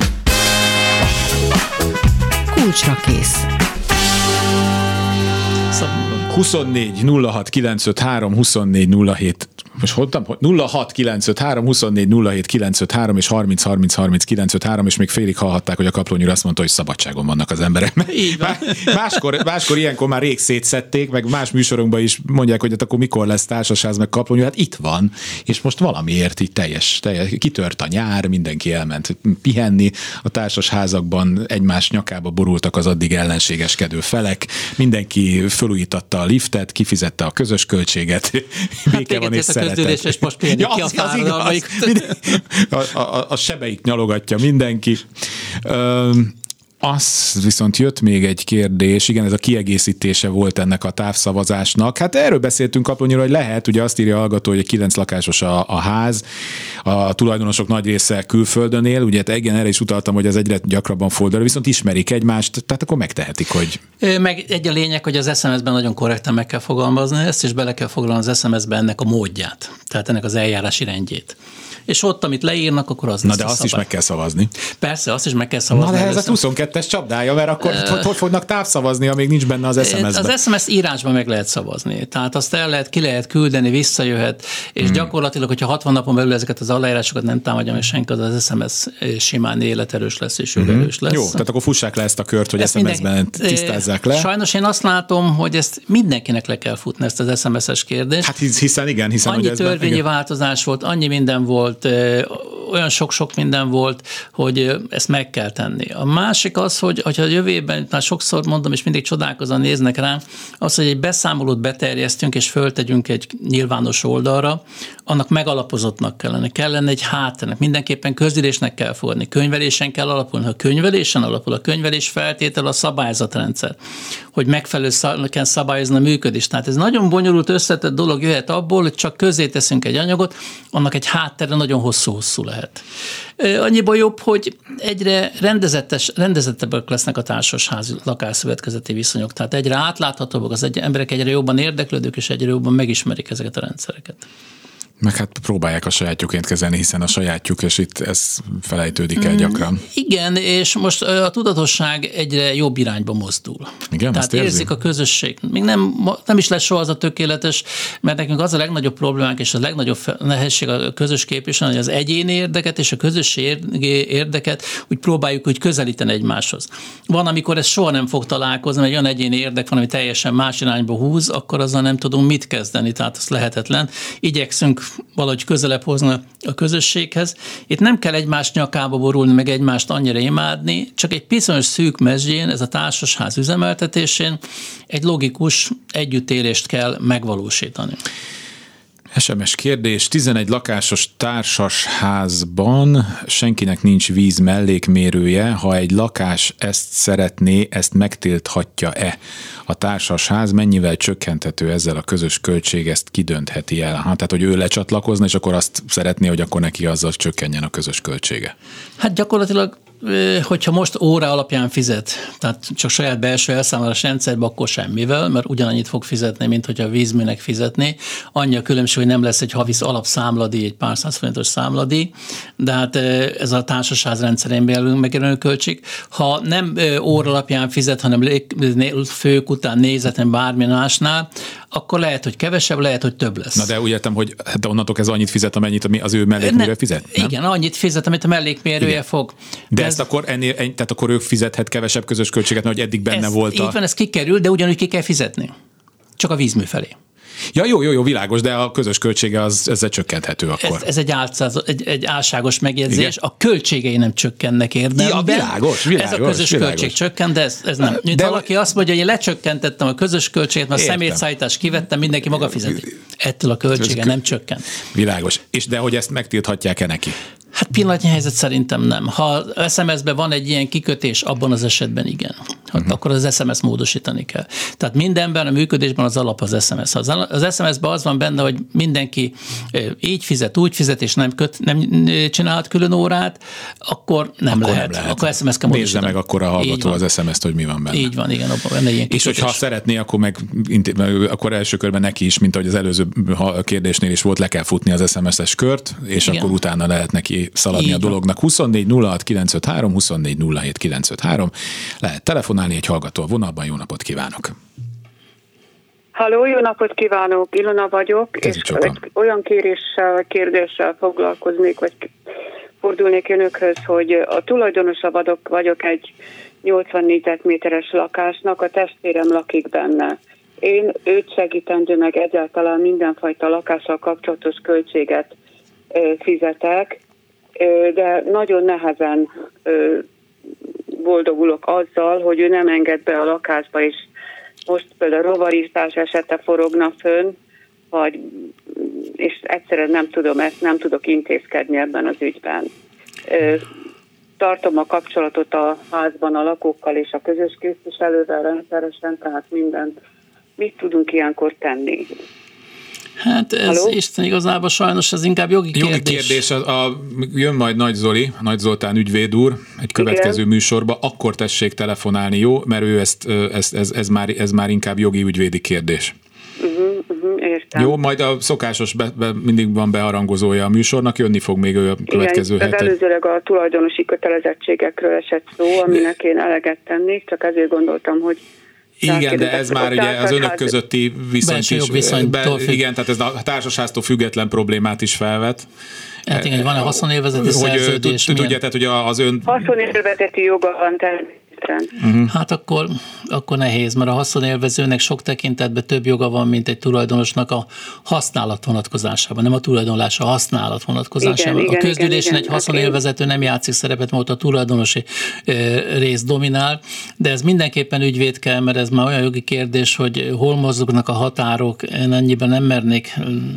Speaker 1: Kulcsra kész.
Speaker 2: huszonnégy nulla hat kilencszázötvenhárom, huszonnégy nulla hét most mondtam, hogy nulla hat kilencszázötvenhárom, huszonnégy nulla hét kilencszázötvenhárom és harminc harminc harminc kilencszázötvenhárom, és még félig hallhatták, hogy a Kaplónyúr azt mondta, hogy szabadságon vannak az emberek.
Speaker 3: Így van.
Speaker 2: Máskor, máskor ilyenkor már rég szétszedték, meg más műsorunkban is mondják, hogy hát akkor mikor lesz társasház, meg Kaplónyúr, hát itt van, és most valamiért így teljes, teljes, kitört a nyár, mindenki elment pihenni, a társasházakban egymás nyakába borultak az addig ellenségeskedő felek, mindenki fölújítatta
Speaker 5: a liftet, kifizette a közös költséget,
Speaker 3: hát béke van és szeretet. És most ja, ki az, a az igaz.
Speaker 5: A, a, a sebeik nyalogatja mindenki. Üm, Az viszont jött még egy kérdés, igen, ez a kiegészítése volt ennek a távszavazásnak. Hát erről beszéltünk Kaplonyról, hogy lehet, ugye azt írja a hallgató, hogy kilenc lakásos a, a ház, a tulajdonosok nagy része külföldön él, ugye igen, erre is utaltam, hogy ez egyre gyakrabban fordul, viszont ismerik egymást, tehát akkor megtehetik, hogy...
Speaker 3: Meg egy a lényeg, hogy az es em es-ben nagyon korrekten meg kell fogalmazni, ezt is bele kell foglalni az es em es-ben ennek a módját, tehát ennek az eljárási rendjét. És ott, amit leírnak, akkor az
Speaker 5: Na de azt szabály. Is meg kell szavazni.
Speaker 3: Persze, azt is meg kell szavazni.
Speaker 5: Na de ez a huszonkettes csapdája, mert akkor uh, hogy fognak távszavazni, amíg nincs benne az es em es-ben?
Speaker 3: Az es em es írásban meg lehet szavazni. Tehát azt el lehet, ki lehet küldeni, visszajöhet, és hmm. gyakorlatilag, hogyha hatvan napon belül ezeket az aláírásokat nem támadja meg senki, az az es em es simán életerős lesz és hmm. erős lesz.
Speaker 5: Jó, tehát akkor fussák le ezt a kört, hogy ezt es em es-ben minden... tisztázzák le.
Speaker 3: Sajnos én azt látom, hogy ezt mindenkinek le kell futni, ezt az es em es-es kérdést.
Speaker 5: Hát hiszen igen, hiszen
Speaker 3: annyi
Speaker 5: hogy
Speaker 3: törvényi igen. változás volt, annyi minden volt, olyan sok-sok minden volt, hogy ezt meg kell tenni. A másik az, hogy ha a jövő évben, már sokszor mondom, és mindig csodálkozóan néznek rám, az, hogy egy beszámolót beterjesztünk, és föltegyünk egy nyilvános oldalra, annak megalapozottnak kellene. Kellene egy hátternek, mindenképpen közülésnek kell fogadni, könyvelésen kell alapulni. Ha könyvelésen alapul, a könyvelés feltétel a szabályzatrendszer, hogy megfelelően kell szabályozni a működést. Tehát ez nagyon bonyolult, összetett dolog jöhet abból, hogy csak közzé teszünk egy anyagot, annak egy háttere nagyon hosszú-hosszú lehet. Annyiban jobb, hogy egyre rendezettes, rendezettebbek lesznek a társasházi lakásszövetkezeti viszonyok, tehát egyre átláthatóbbak, az egy, emberek egyre jobban érdeklődők, és egyre jobban megismerik ezeket a rendszereket.
Speaker 5: Meg hát próbálják a sajátjuként kezelni, hiszen a sajátjuk, és itt ez felejtődik el gyakran.
Speaker 3: Igen, és most a tudatosság egyre jobb irányba mozdul.
Speaker 5: Igen,
Speaker 3: tehát érzik a közösség. Még nem, nem is lesz soha az a tökéletes, mert nekünk az a legnagyobb problémánk, és a legnagyobb nehézség a közös képviselő, hogy az egyéni érdeket és a közösségi érdeket úgy próbáljuk úgy közelíteni egymáshoz. Van, amikor ez soha nem fog találkozni, mert olyan egyéni érdek van, ami teljesen más irányba húz, akkor azzal nem tudunk mit kezdeni, tehát az lehetetlen. Igyekszünk valahogy közelebb hozni a közösséghez. Itt nem kell egymás nyakába borulni, meg egymást annyira imádni, csak egy bizonyos szűk mezsgyén, ez a társasház üzemeltetésén egy logikus együttélést kell megvalósítani.
Speaker 5: es em es kérdés, tizenegy lakásos társasházban senkinek nincs víz mellékmérője, ha egy lakás ezt szeretné, ezt megtilthatja-e? A társasház mennyivel csökkenthető ezzel a közös költség, ezt kidöntheti el? Hát, tehát, hogy ő lecsatlakozna, és akkor azt szeretné, hogy akkor neki azzal csökkenjen a közös költsége.
Speaker 3: Hát gyakorlatilag hogyha most óra alapján fizet, tehát csak saját belső elszámolás rendszerben, akkor semmivel, mert ugyanannyit fog fizetni, mint hogyha a vízműnek fizetné. Annyi a különbség, hogy nem lesz egy havi alapszámladíj, egy pár száz forintos számladíj, de hát ez a társasház rendszerén belül megjelenő költség. Ha nem óra alapján fizet, hanem fők után nézeten bármi másnál, akkor lehet, hogy kevesebb, lehet, hogy több lesz.
Speaker 5: Na de úgy értem, hogy hát onnantól ez annyit fizet, amennyit az ő mellékmérője fizet? Nem?
Speaker 3: Igen, annyit fizet, amit a mellékmérője igen. fog.
Speaker 5: De, de ezt ez... akkor ennél, tehát akkor ők fizethet kevesebb közös költséget, mert hogy eddig benne
Speaker 3: ez,
Speaker 5: volt a...
Speaker 3: Így van, ez kikerül, de ugyanúgy ki kell fizetni. Csak a vízmű felé.
Speaker 5: Ja, jó, jó, jó, világos, de a közös költsége az ezzel csökkenthető akkor.
Speaker 3: Ez, ez egy, álcáz, egy, egy álságos megjegyzés. Igen. A költségei nem csökkennek érdemben.
Speaker 5: Ja, világos, világos.
Speaker 3: Ez a közös
Speaker 5: világos.
Speaker 3: költség csökken, de ez, ez nem. Mint de valaki azt mondja, hogy én lecsökkentettem a közös költséget, mert a szemétszállítást kivettem, mindenki maga fizeti. Ettől a költsége ez nem csökken.
Speaker 5: Világos. És de hogy ezt megtilthatják-e neki?
Speaker 3: Hát pillanatnyi helyzet szerintem nem. Ha es em es-ben van egy ilyen kikötés, abban az esetben igen. Hát uh-huh. Akkor az es em es módosítani kell. Tehát mindenben a működésben az alap az es em es. Ha az es em es-ben az van benne, hogy mindenki így fizet, úgy fizet, és nem, köt, nem csinálhat külön órát, akkor nem, akkor lehet. nem lehet. Akkor es em es kell módosítani.
Speaker 5: Nézze meg akkor a hallgató az es em es-t, hogy mi van benne.
Speaker 3: Így van, igen, abban benne ilyen
Speaker 5: kikötés. És hogyha szeretné, akkor meg akkor első körben neki is, mint ahogy az előző kérdésnél is volt, le kell futni az es em es-es kört, és igen. akkor utána lehet neki szaladni így a dolognak. huszonnégy nulla hat kilencszázötvenhárom, huszonnégy nulla hét kilencszázötvenhárom. Lehet telefonálni, egy hallgató a vonalban. Jó napot kívánok!
Speaker 6: Halló, jó napot kívánok! Ilona vagyok, és egy olyan kéréssel, kérdéssel foglalkoznék, vagy fordulnék önökhöz, hogy a tulajdonosa vagyok, vagyok egy nyolcvan négyzetméteres lakásnak, a testvérem lakik benne. Én őt segítendő, meg egyáltalán mindenfajta lakással kapcsolatos költséget fizetek, de nagyon nehezen boldogulok azzal, hogy ő nem enged be a lakásba, és most például rovarítás esete forogna fönn, vagy, és egyszerűen nem tudom ezt, nem tudok intézkedni ebben az ügyben. Tartom a kapcsolatot a házban a lakókkal és a közös képviselővel rendszeresen, tehát mindent. Mit tudunk ilyenkor tenni?
Speaker 3: Hát ez Halló? Isten igazából sajnos ez inkább jogi kérdés.
Speaker 5: Jogi kérdés, a, a, jön majd Nagy Zoli, Nagy Zoltán ügyvéd úr egy következő Igen. műsorba, akkor tessék telefonálni, jó? Mert ő ezt, ezt ez, ez, már, ez már inkább jogi ügyvédi kérdés.
Speaker 6: Uh-huh, uh-huh, értem.
Speaker 5: Jó, majd a szokásos, be, be, mindig van beharangozója a műsornak, jönni fog még ő a következő
Speaker 6: Igen,
Speaker 5: héten.
Speaker 6: Előzőleg a tulajdonosi kötelezettségekről esett szó, aminek én eleget tennék, csak ezért gondoltam, hogy
Speaker 5: igen, de ez már ugye az önök közötti viszonyt is, be, igen, tehát ez a társasháztól független problémát is felvet.
Speaker 3: Hát igen, van a haszonélvezeti szerződés.
Speaker 5: Tudja, tehát ugye az ön...
Speaker 6: Haszonélvezeti joga van természetesen.
Speaker 3: Uh-huh. Hát akkor, akkor nehéz, mert a haszonélvezőnek sok tekintetben több joga van, mint egy tulajdonosnak a használat vonatkozásában, nem a tulajdonlás, a használat vonatkozásában. Igen, a közgyűlésen egy haszonélvezető nem játszik szerepet, mert ott a tulajdonosi rész dominál, de ez mindenképpen ügyvéd kell, mert ez már olyan jogi kérdés, hogy hol mozognak a határok, én ennyiben nem mernék.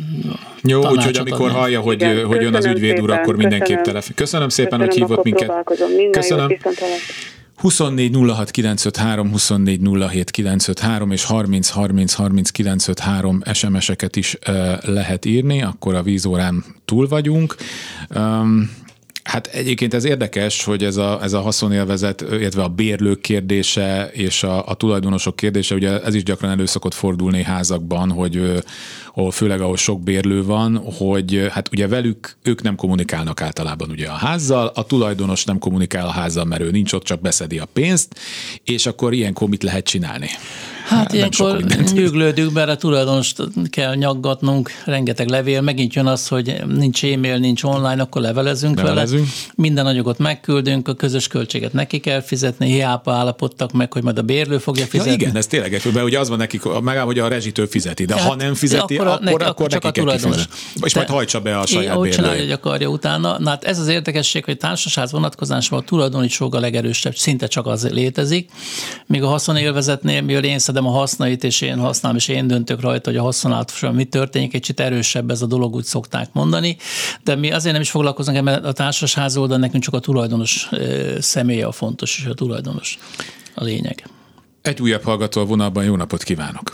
Speaker 5: Jó, úgyhogy amikor adni. hallja, hogy, Igen, hogy jön az ügyvéd úr, akkor mindenképp telefon. Köszönöm szépen, köszönöm, hogy hívott minket. Köszönöm. huszonnégy nulla hat kilencszázötvenhárom, huszonnégy nulla hét kilencszázötvenhárom és harminc harminc harminc kilencszázötvenhárom es em es-eket is uh, lehet írni, akkor a vízórán túl vagyunk. Um, Hát egyébként ez érdekes, hogy ez a, ez a haszonélvezet, illetve a bérlők kérdése és a, a tulajdonosok kérdése, ugye ez is gyakran elő szokott fordulni házakban, hogy ahol főleg ahol sok bérlő van, hogy hát ugye velük ők nem kommunikálnak általában ugye a házzal, a tulajdonos nem kommunikál a házzal, mert ő nincs ott, csak beszedi a pénzt, és akkor ilyenkor mit lehet csinálni?
Speaker 3: Hát ilyenkor nyüglődünk, mert a tulajdonost kell nyaggatnunk, rengeteg levél, megint jön az, hogy nincs e-mail, nincs online, akkor levelezünk, levelezünk vele. Minden anyagot megküldünk, a közös költséget neki kell fizetni, hiába állapodtak meg, hogy majd a bérlő fogja fizetni.
Speaker 5: Ja, igen, ez tényleg, mert ugye az van nekik, megáll, hogy a rezsitől fizeti, de hát, ha nem fizeti, akkor, akkor, neki, akkor csak neki a tulajdonos. És majd hajtsa be a saját bérlőjét.
Speaker 3: Úgy csinálja, hogy akarja utána. Na hát ez az érdekesség, hogy társasház vonatkozásban a tulajdoni jog a legerősebb, szinte csak az létezik, míg a haszonélvezetnél, mivel én szedem a hasznait, és én használom, és én döntök rajta, hogy a haszonáltal mi történik, egy kicsit erősebb ez a dolog, úgy szokták mondani, de mi azért nem is foglalkozunk ebben a társasház oldal, nekünk csak a tulajdonos személye a fontos, és a tulajdonos a lényeg.
Speaker 5: Egy újabb hallgató a vonalban, jó napot kívánok!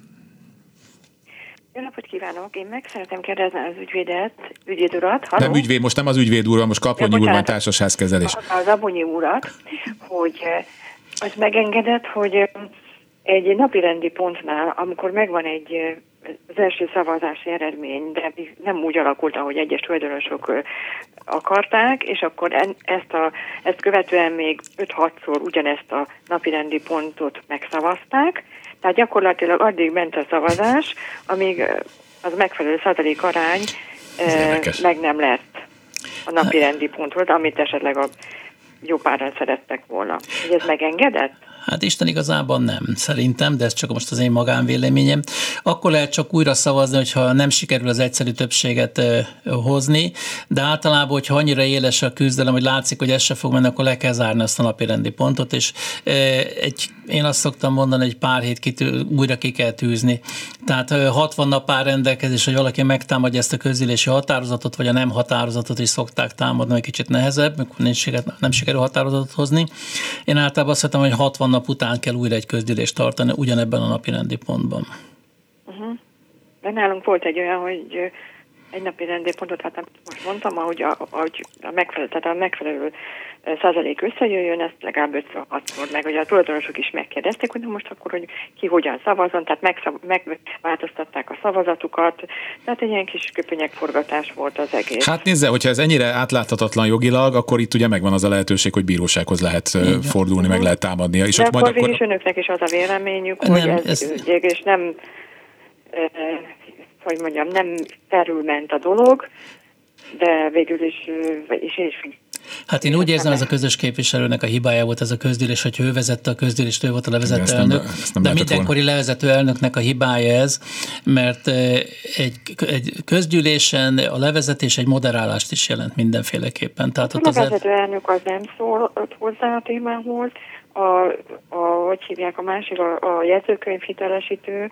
Speaker 7: Jó napot kívánok! Én meg szeretem kérdezni az ügyvédet, ügyvéd urat. Halló?
Speaker 5: Nem ügyvéd, most nem az ügyvéd úr, most Kaplonyi úr van, társasházkezelés.
Speaker 7: Az Abonyi urat, hogy az megengedett, hogy egy napirendi pontnál, amikor megvan egy az első szavazási eredmény, de nem úgy alakult, ahogy egyes tulajdonosok akarták, és akkor ezt, a, ezt követően még öt-hatszor ugyanezt a napirendi pontot megszavazták, tehát gyakorlatilag addig ment a szavazás, amíg az megfelelő százalék arány meg nem lett a napirendi pont volt, amit esetleg a jó páran szerettek volna. Hogy ez megengedett?
Speaker 3: Hát Isten igazából nem, szerintem, de ez csak most az én magánvéleményem. Akkor lehet csak újra szavazni, hogyha nem sikerül az egyszerű többséget hozni, de általában, hogyha annyira éles a küzdelem, hogy látszik, hogy ez se fog menni, akkor le kell zárni azt a napirendi pontot, és egy, én azt szoktam mondani, egy pár hét kitű, újra ki kell tűzni. Tehát hatvan nap áll rendelkezés, hogy valaki megtámadja ezt a közgyűlési határozatot, vagy a nem határozatot is szokták támadni, egy kicsit nehezebb, mikor nincs, nem sikerül határozatot hozni. Én általában azt mondtam, hogy hatvan nap után kell újra egy közgyűlést tartani, ugyanebben a napi rendi pontban.
Speaker 7: Uh-huh. De nálunk volt egy olyan, hogy egy napi rendi pontot, hát most mondtam, ahogy a, ahogy a megfelelő, tehát a megfelelő százalék összejöjjön, ezt legalább ötször-hatszor, meg hogy a tulajdonosok is megkérdezték, hogy most akkor, hogy ki hogyan szavazon, tehát megszav, megváltoztatták a szavazatukat, tehát egy ilyen kis köpönyegforgatás volt az egész.
Speaker 5: Hát nézze, hogyha ez ennyire átláthatatlan jogilag, akkor itt ugye megvan az a lehetőség, hogy bírósághoz lehet Igen. fordulni, uh-huh. meg lehet támadnia. És
Speaker 7: de akkor majd akkor... is önöknek is az a véleményük, nem, hogy ez, ez... Ügyég, és nem hogy mondjam, nem terülment a dolog, de végül is, és én is
Speaker 3: Hát én úgy érzem, ez a közös képviselőnek a hibája volt ez a közgyűlés, hogy ő vezette a közgyűlést, ő volt a levezető elnök, nem, nem de mindenkori volna. Levezető elnöknek a hibája ez, mert egy, egy közgyűlésen a levezetés egy moderálást is jelent mindenféleképpen. Tehát
Speaker 7: a levezető elnök az nem szólt hozzá a témához, a, a hogy hívják a másik, a, a jegyzőkönyv hitelesítő,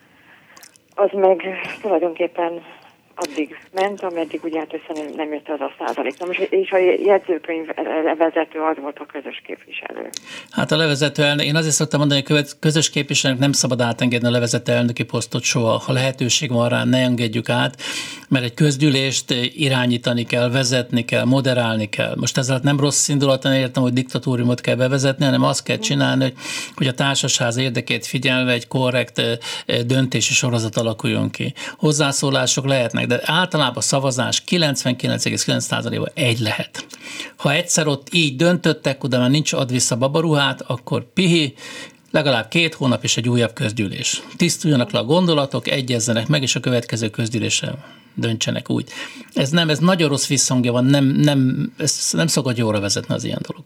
Speaker 7: az meg tulajdonképpen addig ment, ameddig ugye hát össze nem, nem jött az a százalék. Na most, és a jegyzőkönyv levezető az volt a közös képviselő.
Speaker 3: Hát a levezető elnök, én azért szoktam mondani, hogy a közös képviselőnek nem szabad átengedni a levezető elnöki posztot soha. Ha lehetőség van rá, ne engedjük át, mert egy közgyűlést irányítani kell, vezetni kell, moderálni kell. Most ezzel nem rossz indulatan értem, hogy diktatúriumot kell bevezetni, hanem azt kell csinálni, hogy, hogy a társasház érdekét figyelve egy korrekt döntési sorozat alakuljon ki. Hozzászólások lehetnek, de általában a szavazás kilencvenkilenc egész kilenc százalékban egy lehet. Ha egyszer ott így döntöttek, oda már nincs ad vissza babaruhát, akkor pihi, legalább két hónap és egy újabb közgyűlés. Tisztuljanak le a gondolatok, egyezzenek meg, és a következő közgyűlésre döntsenek úgy. Ez nem, ez nagyon rossz visszhangja van, nem, nem, ez nem szokott jóra vezetni az ilyen dolog.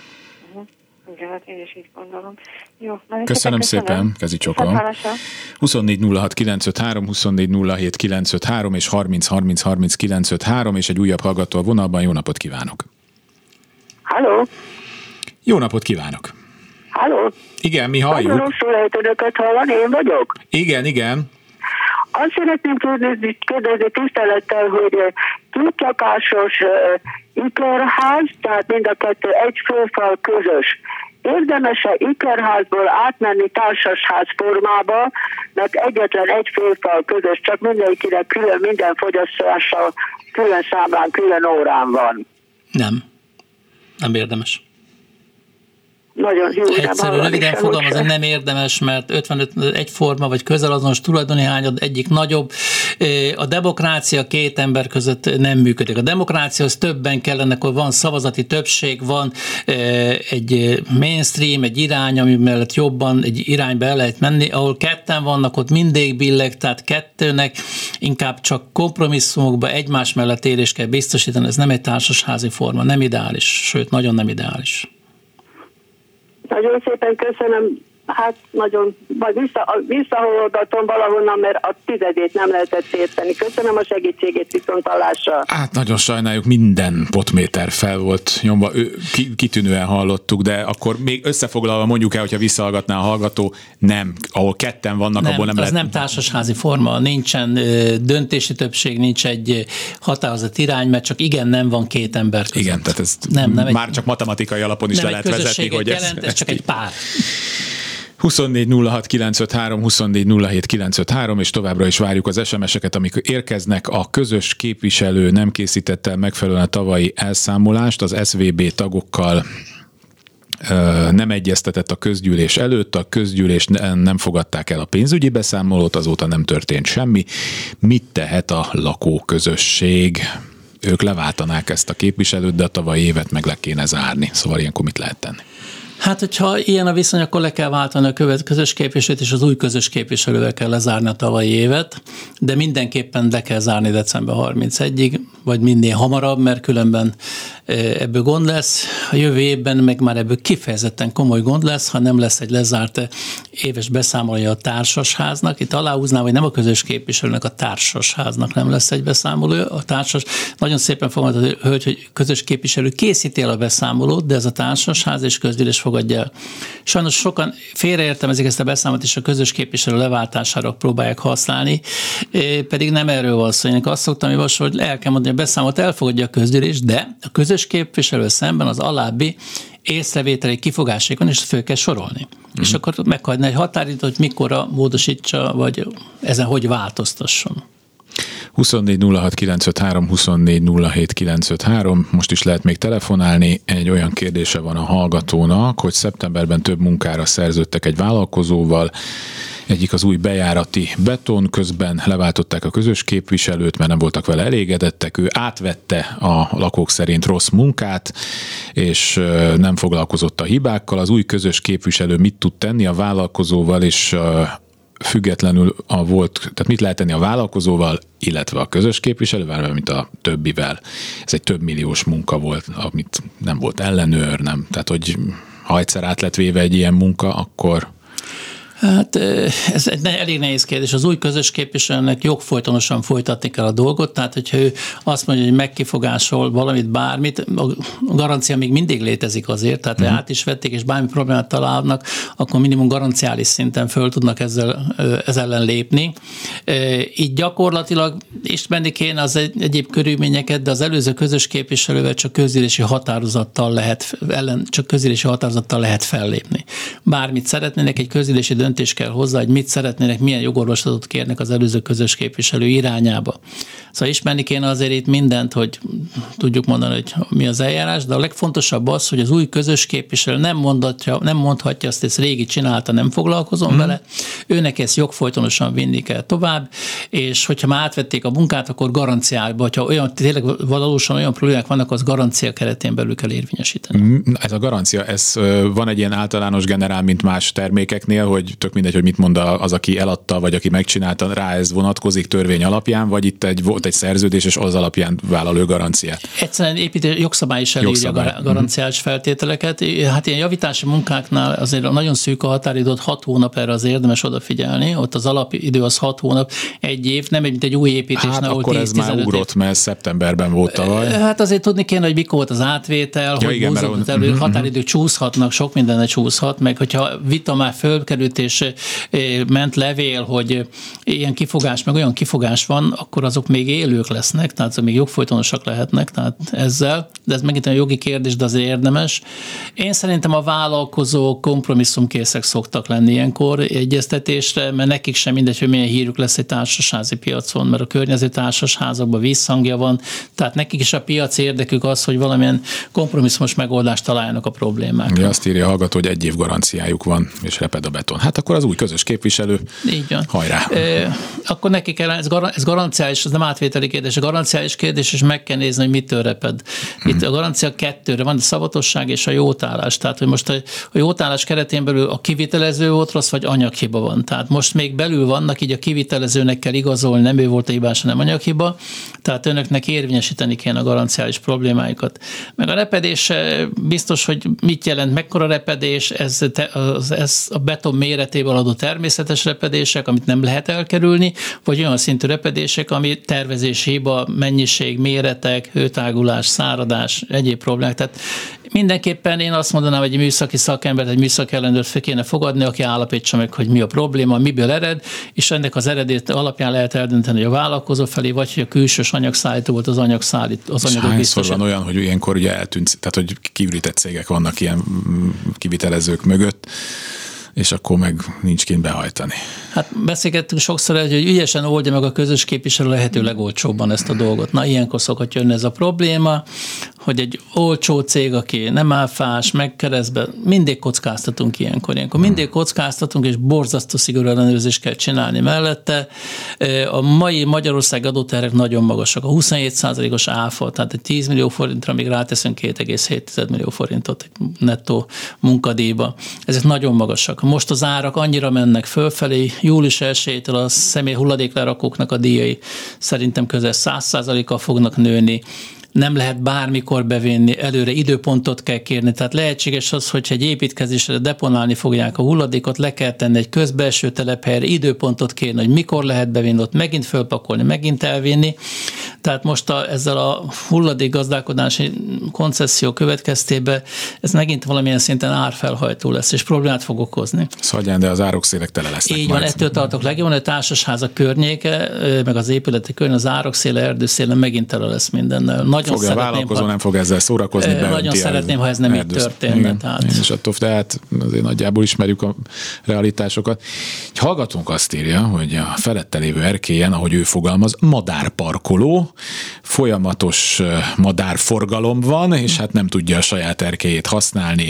Speaker 7: Igen, hát én is így gondolom.
Speaker 5: Jó, köszönöm szépen, Kezi Csokon. huszonnégy nulla hat kilenc öt három, huszonnégy nulla hét kilenc öt három és harminc harminc harminc kilenc öt három, és egy újabb hallgató a vonalban. Jó napot kívánok!
Speaker 4: Halló!
Speaker 5: Jó napot kívánok!
Speaker 4: Halló!
Speaker 5: Igen, mi halljuk.
Speaker 4: Nagyon rosszul lehet önöket hallani, én vagyok?
Speaker 5: Igen, igen.
Speaker 4: Azt szeretném tudni, kérdezni tisztelettel, hogy kétlakásos uh, ikerház, tehát mind a kettő egy főfal közös. Érdemes-e ikerházból átmenni társasház formába, mert egyetlen egy főfal közös, csak mindenkinek külön, minden fogyasztással külön számlán, külön órán van?
Speaker 3: Nem. Nem érdemes.
Speaker 4: Nagyon jó.
Speaker 3: Egyszerű, röviden fogalmazni nem érdemes, mert ötvenöt egyforma vagy közelazonos tulajdoni hányad, egyik nagyobb. A demokrácia két ember között nem működik. A demokrácia az többen kellene, hogy van szavazati többség, van egy mainstream, egy irány, ami mellett jobban egy irányba el lehet menni, ahol ketten vannak, ott mindig billeg, tehát kettőnek inkább csak kompromisszumokba egymás mellett érés kell biztosítani. Ez nem egy társasházi forma, nem ideális, sőt, nagyon nem ideális.
Speaker 4: Nagyon szépen köszönöm, hát nagyon, vagy vissza, visszahallgatom valahonnan, mert a tizedét nem lehetett érteni. Köszönöm a segítségét, viszonthallásra.
Speaker 5: Hát nagyon sajnáljuk, minden potméter fel volt nyomva, kitűnően hallottuk, de akkor még összefoglalva mondjuk el, hogyha visszahallgatná a hallgató, nem, ahol ketten vannak, nem, abból nem lehet.
Speaker 3: Nem, nem társasházi forma, nincsen döntési többség, nincs egy határozott irány, mert csak igen, nem van két ember között.
Speaker 5: Igen, tehát ez
Speaker 3: nem, nem
Speaker 5: már
Speaker 3: egy,
Speaker 5: csak matematikai alapon is le lehet vezetni, hogy ez,
Speaker 3: jelent, ez csak egy pár.
Speaker 5: huszonnégy nulla hat kilenc öt három, huszonnégy nulla hét kilenc öt három, és továbbra is várjuk az es em es-eket, amik érkeznek. A közös képviselő nem készítette el megfelelően a tavalyi elszámolást, az es vé bé tagokkal nem egyeztetett a közgyűlés előtt, a közgyűlés nem fogadták el a pénzügyi beszámolót, azóta nem történt semmi. Mit tehet a lakóközösség? Ők leváltanák ezt a képviselőt, de a tavalyi évet meg le kéne zárni. Szóval ilyenkor mit lehet tenni?
Speaker 3: Hát, hogyha ilyen a viszony, akkor le kell váltani a követ közös képviselőt, és az új közös képviselővel kell lezárni a tavalyi évet, de mindenképpen le kell zárni december harmincegyedikéig, vagy minél hamarabb, mert különben ebből gond lesz. A jövő évben meg már ebből kifejezetten komoly gond lesz, ha nem lesz egy lezárt éves beszámolója a társasháznak. Itt aláhúznám, hogy nem a közös képviselőnek, a társasháznak nem lesz egy beszámolója. A társas, nagyon szépen fogalmazott a hölgy, hogy közös képviselő készíti el a beszámolót, de ez a társasház és közgyűlés fogadja el. Sajnos sokan félreértelmezik ezt a beszámolót, és a közös képviselő leváltására próbálják használni, pedig nem erről van szó. Én azt szoktam javasolni, hogy el kell mondani, hogy a beszámolót elfogadja a közgyűlés, de a közös képviselő szemben az alábbi észrevételi kifogásékon is föl kell sorolni. Mm. És akkor meghagyni egy határidőt, hogy mikorra módosítsa, vagy ezen hogy változtasson.
Speaker 5: huszonnégy nulla hat kilenc öt három, huszonnégy nulla hét kilenc öt három, most is lehet még telefonálni. Egy olyan kérdése van a hallgatónak, hogy szeptemberben több munkára szerződtek egy vállalkozóval, egyik az új bejárati beton, közben leváltották a közös képviselőt, mert nem voltak vele elégedettek, ő átvette a lakók szerint rossz munkát, és nem foglalkozott a hibákkal. Az új közös képviselő mit tud tenni a vállalkozóval, és függetlenül a volt, tehát mit lehet tenni a vállalkozóval, illetve a közös képviselővel, mint a többivel. Ez egy több milliós munka volt, amit nem volt ellenőr, nem. Tehát, hogy ha egyszer át lett véve egy ilyen munka, akkor
Speaker 3: Hát ez egy elég nehéz kérdés. Az új közös képviselőnek jogfolytonosan folytatni kell a dolgot, tehát hogyha ő azt mondja, hogy megkifogásol valamit, bármit, a garancia még mindig létezik azért, tehát uh-huh. át is vették, és bármi problémát találnak, akkor minimum garanciális szinten föl tudnak ezzel, ez ellen lépni. Így gyakorlatilag ismerni kéne az egy, egyéb körülményeket, de az előző közös képviselővel csak közgyűlési határozattal lehet, ellen, csak közgyűlési határozattal lehet fellépni. Bármit szeretnének, egy közgyűlési döntés kell hozzá, hogy mit szeretnének, milyen jogorvoslatot kérnek az előző közös képviselő irányába. Szóval ismerni kéne azért itt mindent, hogy tudjuk mondani, hogy mi az eljárás, de a legfontosabb az, hogy az új közös képviselő nem mondhatja, nem mondhatja azt, ezt régi csinálta, nem foglalkozom hmm. vele, őnek ezt jogfolytonosan vinni kell tovább, és hogyha már átvették a munkát, akkor garanciákba, hogyha olyan, tényleg valósan olyan problémák vannak, az garancia keretén belül kell érvényesíteni.
Speaker 5: Ez a garancia, ez van egy ilyen általános generál, mint más termékeknél, hogy tök mindegy, hogy mit mond az, aki eladta, vagy aki megcsinálta, rá ez vonatkozik törvény alapján, vagy itt egy, volt egy szerződés, és az alapján vállal ő garanciát?
Speaker 3: Egyszerűen építés, jogszabály is elírja a garanciás mm-hmm. feltételeket. Hát ilyen javítási munkáknál azért nagyon szűk a határidőt, hat hónap, erre az érdemes odafigyelni. Ott az alapidő az hat hónap, egy év, nem mint egy új építésnél,
Speaker 5: hát ahol akkor ez már ugrott, év. Mert szeptemberben volt tavaly.
Speaker 3: Hát azért tudni kéne, hogy mikor volt az átvétel, ja, hogy igen, búzott, mert, uh-huh. határidők csúszhatnak, sok mindenre csúszhat, meg hogyha vita már fölkerült, és ment levél, hogy ilyen kifogás, meg olyan kifogás van, akkor azok még élők lesznek, tehát azok még jogfolytonosak lehetnek, tehát ezzel, de ez megint a jogi kérdés, de azért érdemes. Én szerintem a vállalkozók kompromisszumkészek szoktak lenni ilyenkor egyeztetésre, mert nekik sem mindegy, hogy milyen hírük lesz egy társasházi piacon, mert a környező társasházakban visszhangja van, tehát nekik is a piaci érdekük az, hogy valamilyen kompromisszumos megoldást találjanak a problémákra.
Speaker 5: Ja, azt írja a hallgató, hogy egy év garanciájuk van, és reped a beton. Hát akkor az új közös képviselő, így van. Hajrá!
Speaker 3: E, akkor neki kell, ez, gar, ez garanciális, ez nem átvételi kérdés, a garanciális kérdés, és meg kell nézni, hogy mitől reped. Itt a garancia kettőre van, a szabatosság és a jótállás. Tehát, hogy most a, a jótállás keretén belül a kivitelező volt rossz, vagy anyaghiba van. Tehát most még belül vannak, így a kivitelezőnek kell igazolni, nem ő volt a hibás, hanem anyaghiba. Tehát önöknek érvényesíteni kéne a garanciális problémáikat. Meg a repedés biztos, hogy mit jelent, mekkora repedés, ez, az, ez a beton méretéből adó természetes repedések, amit nem lehet elkerülni, vagy olyan szintű repedések, ami tervezési hiba, mennyiség, méretek, hőtágulás, száradás, egyéb problémák. Tehát mindenképpen én azt mondanám, hogy egy műszaki szakembert, egy műszaki ellenőrt fel kéne fogadni, aki állapítsa meg, hogy mi a probléma, miből ered, és ennek az eredét alapján lehet eldönteni, hogy a vállalkozó felé, vagy hogy a külsős anyagszállító volt az anyagszállít, az anyagok
Speaker 5: biztos. Hányszor van olyan, hogy ilyenkor ugye eltűnt, tehát hogy kiürített cégek vannak ilyen kivitelezők mögött, és akkor meg nincs kint behajtani.
Speaker 3: Hát beszélgettünk sokszor, hogy ügyesen oldja meg a közös képviselő lehető legolcsóbban ezt a dolgot. Na, ilyenkor szokott jönni ez a probléma, hogy egy olcsó cég, aki nem áfás, meg keresztbe, mindig kockáztatunk ilyenkor. Ilyenkor mindig kockáztatunk, és borzasztó szigorú ellenőrzést kell csinálni mellette. A mai Magyarország adóterhek nagyon magasak. A huszonhét százalékos áfa, tehát egy tíz millió forintra még ráteszünk két egész hét millió forintot nettó munkadíjba. Ezek nagyon magasak. Most az árak annyira mennek fölfelé, július elsejétől a személy hulladéklerakóknak a díjai szerintem közel száz százalékkal fognak nőni. Nem lehet bármikor bevinni, előre időpontot kell kérni, tehát lehetséges az, hogyha egy építkezésre deponálni fogják a hulladékot, le kell tenni egy közbelső telephelyre, időpontot kérni, hogy mikor lehet bevinni, ott megint fölpakolni, megint elvinni. Tehát most a, ezzel a hulladékgazdálkodási koncesszió következtében ez megint valamilyen szinten árfelhajtó lesz, és problémát fog okozni.
Speaker 5: Szóval, de az árokszélek tele lesznek.
Speaker 3: Így van, majd. Ettől tartok legjobban, a társasházak környéke, meg az épületi környéke, az árokszéle, erdőszéle megint tele lesz mindennel. Nagyon
Speaker 5: Fogja a vállalkozó, ha, nem fog ezzel szórakozni.
Speaker 3: Nagyon szeretném, ha ez nem így történne. Tehát.
Speaker 5: És attól, tehát azért nagyjából ismerjük a realitásokat. Egy hallgatónk azt írja, hogy a felette lévő erkélyen, ahogy ő fogalmaz, madárparkoló, folyamatos madárforgalom van, és hát nem tudja a saját erkélyét használni.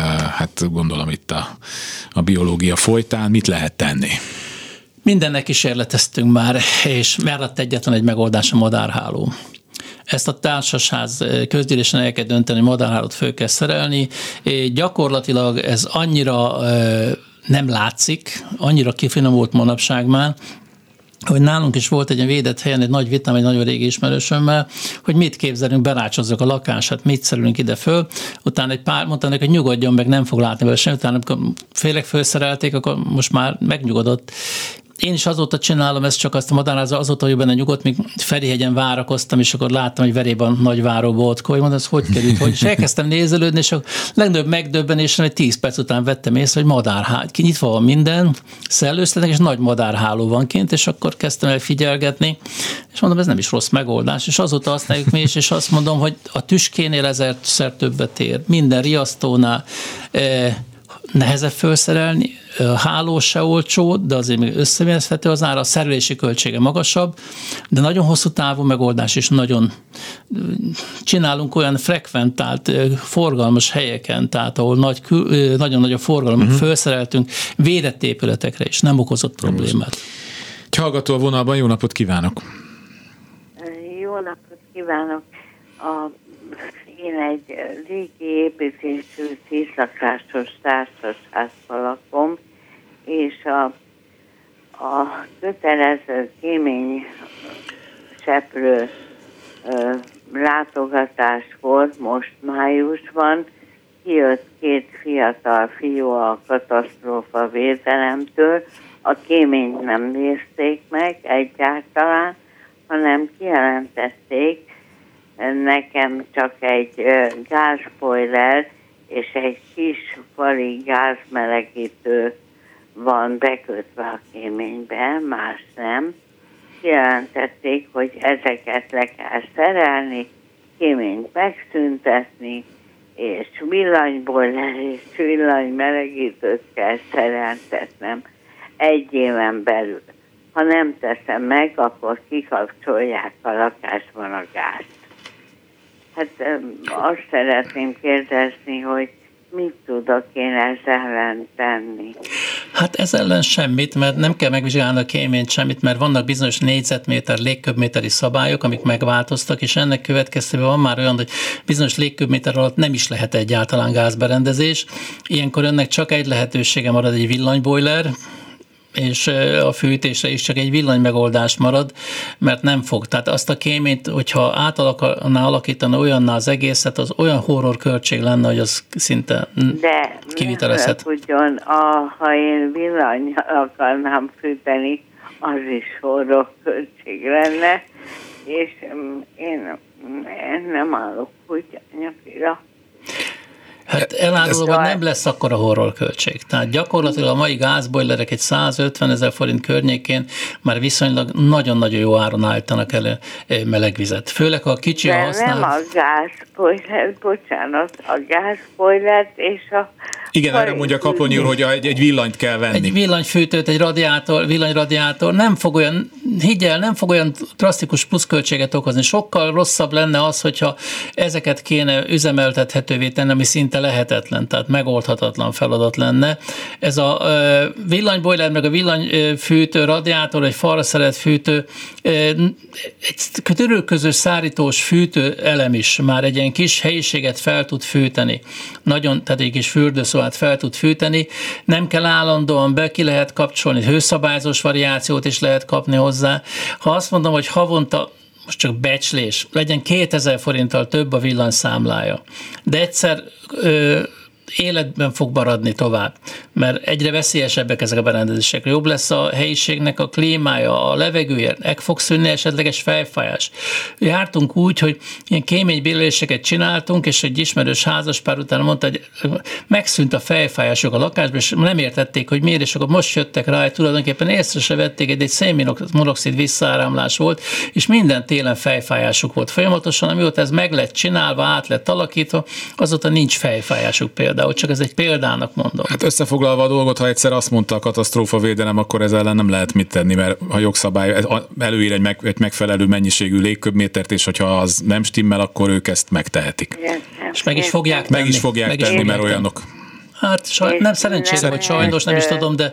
Speaker 5: Hát gondolom itt a, a biológia folytán. Mit lehet tenni?
Speaker 3: Mindennek kísérleteztünk már, és maradt egyetlen egy megoldás, a madárháló. Ezt a társasház közgyűlésen el kell dönteni, madárhálót föl kell szerelni. Gyakorlatilag ez annyira nem látszik, annyira kifinomult manapság már, hogy nálunk is volt egy védett helyen egy nagy vitám egy nagyon régi ismerősömmel, hogy mit képzelünk, berácsozzuk a lakását, mit szerülünk ide föl, utána egy pár mondta neki, hogy nyugodjon meg, nem fog látni vele sem, utána amikor félek felszerelték, akkor most már megnyugodott. Én is azóta csinálom ezt, csak azt a madárháza azóta, hogy benne nyugodt, míg Ferihegyen várakoztam, és akkor láttam, hogy verében nagyváró volt, hogy mondom, ez hogy került, hogy, és elkezdtem nézelődni, és a legnagyobb megdöbbenésen, hogy tíz perc után vettem észre, hogy madárháló, kinyitva van minden, szellőztetnek, és nagy madárháló van kint, és akkor kezdtem el figyelgetni, és mondom, ez nem is rossz megoldás, és azóta használjuk mi is, és azt mondom, hogy a tüskénél ezerszer többet ér, minden riasztónál, eh, nehezebb felszerelni, a háló se olcsó, de azért még összemérhető az ára, a szerelési költsége magasabb, de nagyon hosszú távú megoldás is nagyon csinálunk olyan frekventált, forgalmas helyeken, tehát ahol nagy, nagyon nagy a forgalom, uh-huh. felszereltünk védett épületekre is, nem okozott problémát.
Speaker 5: Egy hallgató a vonalban, jó napot kívánok!
Speaker 8: Jó napot kívánok! A Én egy régi építésű tízlakásos társasházban lakom, és a, a kötelező kémény seprő ö, látogatáskor most májusban kijött két fiatal fiú a katasztrófa védelemtől, a kéményt nem nézték meg egyáltalán, hanem kijelentették, nekem csak egy gázboiler és egy kis fali gázmelegítő van bekötve a kéménybe, más nem. Kijelentették, hogy ezeket le kell szerelni, kéményt megszüntetni, és villanyboiler és villanymelegítőt kell szereltetnem egy éven belül. Ha nem teszem meg, akkor kikapcsolják a lakásban a gázt. Hát azt szeretném kérdezni, hogy mit tudok én ezzel ellen tenni?
Speaker 3: Hát ez ellen semmit, mert nem kell megvizsgálni a kéményt semmit, mert vannak bizonyos négyzetméter, légköbméteri szabályok, amik megváltoztak, és ennek következtében van már olyan, hogy bizonyos légköbméter alatt nem is lehet egyáltalán gázberendezés. Ilyenkor önnek csak egy lehetősége marad, egy villanyboiler, és a fűtésre is csak egy villanymegoldás marad, mert nem fog. Tehát azt a kéményt, hogyha át akarná alakítani olyanná az egészet, az olyan horror költség lenne, hogy az szinte
Speaker 8: de
Speaker 3: kivitelezhet.
Speaker 8: De ugyan, a, ha én villany akarnám fűteni, az is horror költség lenne, és én, én nem állok kutyányapira.
Speaker 3: Hát elárulom, hogy nem lesz akkora horror költség. Tehát gyakorlatilag a mai gázbojlerek egy százötven ezer forint környékén már viszonylag nagyon-nagyon jó áron állítanak elő melegvizet. Főleg, ha a kicsi
Speaker 8: de
Speaker 3: a használ...
Speaker 8: nem a gázbojler, bocsánat, a gázbojlert és a...
Speaker 5: Igen, erre mondja Kaplonyi úr, hogy egy, egy villanyt kell venni.
Speaker 3: Egy villanyfűtőt, egy radiátor, villanyradiátor nem fog olyan, higgyel, nem fog olyan drasztikus pluszköltséget okozni. Sokkal rosszabb lenne az, hogyha ezeket kéne üzemeltethetővé tenni, ami szinte lehetetlen, tehát megoldhatatlan feladat lenne. Ez a villanyboiler, meg a villanyfűtő, radiátor, egy falra szerelt fűtő, egy törölköző szárítós fűtő elem is már egy ilyen kis helyiséget fel tud fűteni. Nagyon, tehát egy kis fürdőszobát fel tud fűteni. Nem kell állandóan be, ki lehet kapcsolni, hőszabályozós variációt is lehet kapni hozzá. Ha azt mondom, hogy havonta most csak becslés, legyen kétezer forinttal több a villanyszámlája, de egyszer ö, életben fog maradni tovább, mert egyre veszélyesebbek ezek a berendezések. Jobb lesz a helyiségnek a klímája, a levegője, meg fog szűnni esetleges fejfájás. Jártunk úgy, hogy ilyen kéménybéleléseket csináltunk, és egy ismerős házaspár után mondta, hogy megszűnt a fejfájások a lakásban, és nem értették, hogy miért, és akkor most jöttek rá, hogy tulajdonképpen észre se vették, egy, egy szénmonoxid visszaáramlás volt, és minden télen fejfájásuk volt folyamatosan, amióta ez meg lett csinálva, át lett alakítva, azóta nincs fejfájásuk például. Csak ez egy példának mondom.
Speaker 5: Hát összefoglalva a dolgot, ha egyszer azt mondta a katasztrófavédelem, akkor ezzel ellen nem lehet mit tenni, mert a jogszabály előír egy, meg, egy megfelelő mennyiségű légköbmétert, és hogyha az nem stimmel, akkor ők ezt megtehetik.
Speaker 3: És meg is fogják tenni.
Speaker 5: Meg is fogják meg tenni, is mert olyanok.
Speaker 3: Hát saj, nem szerencsére, vagy sajnos, nem is tudom, de...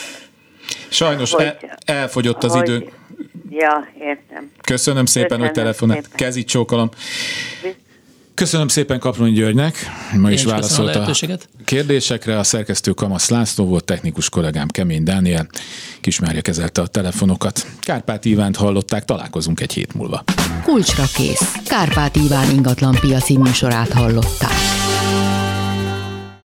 Speaker 5: Sajnos el, elfogyott az
Speaker 8: hogy,
Speaker 5: idő.
Speaker 8: Ja, értem.
Speaker 5: Köszönöm szépen, Köszönöm hogy telefonált. Kezi csókolom. Köszönöm szépen Kaplony Györgynek, ma Én is válaszolt a, a kérdésekre. A szerkesztő Kamasz László volt, technikus kollégám Kemény Dániel. Kismária kezelte a telefonokat. Kárpát Ivánt hallották, találkozunk egy hét múlva.
Speaker 1: Kulcsra kész. Kárpát Iván ingatlan piaci műsorát hallották.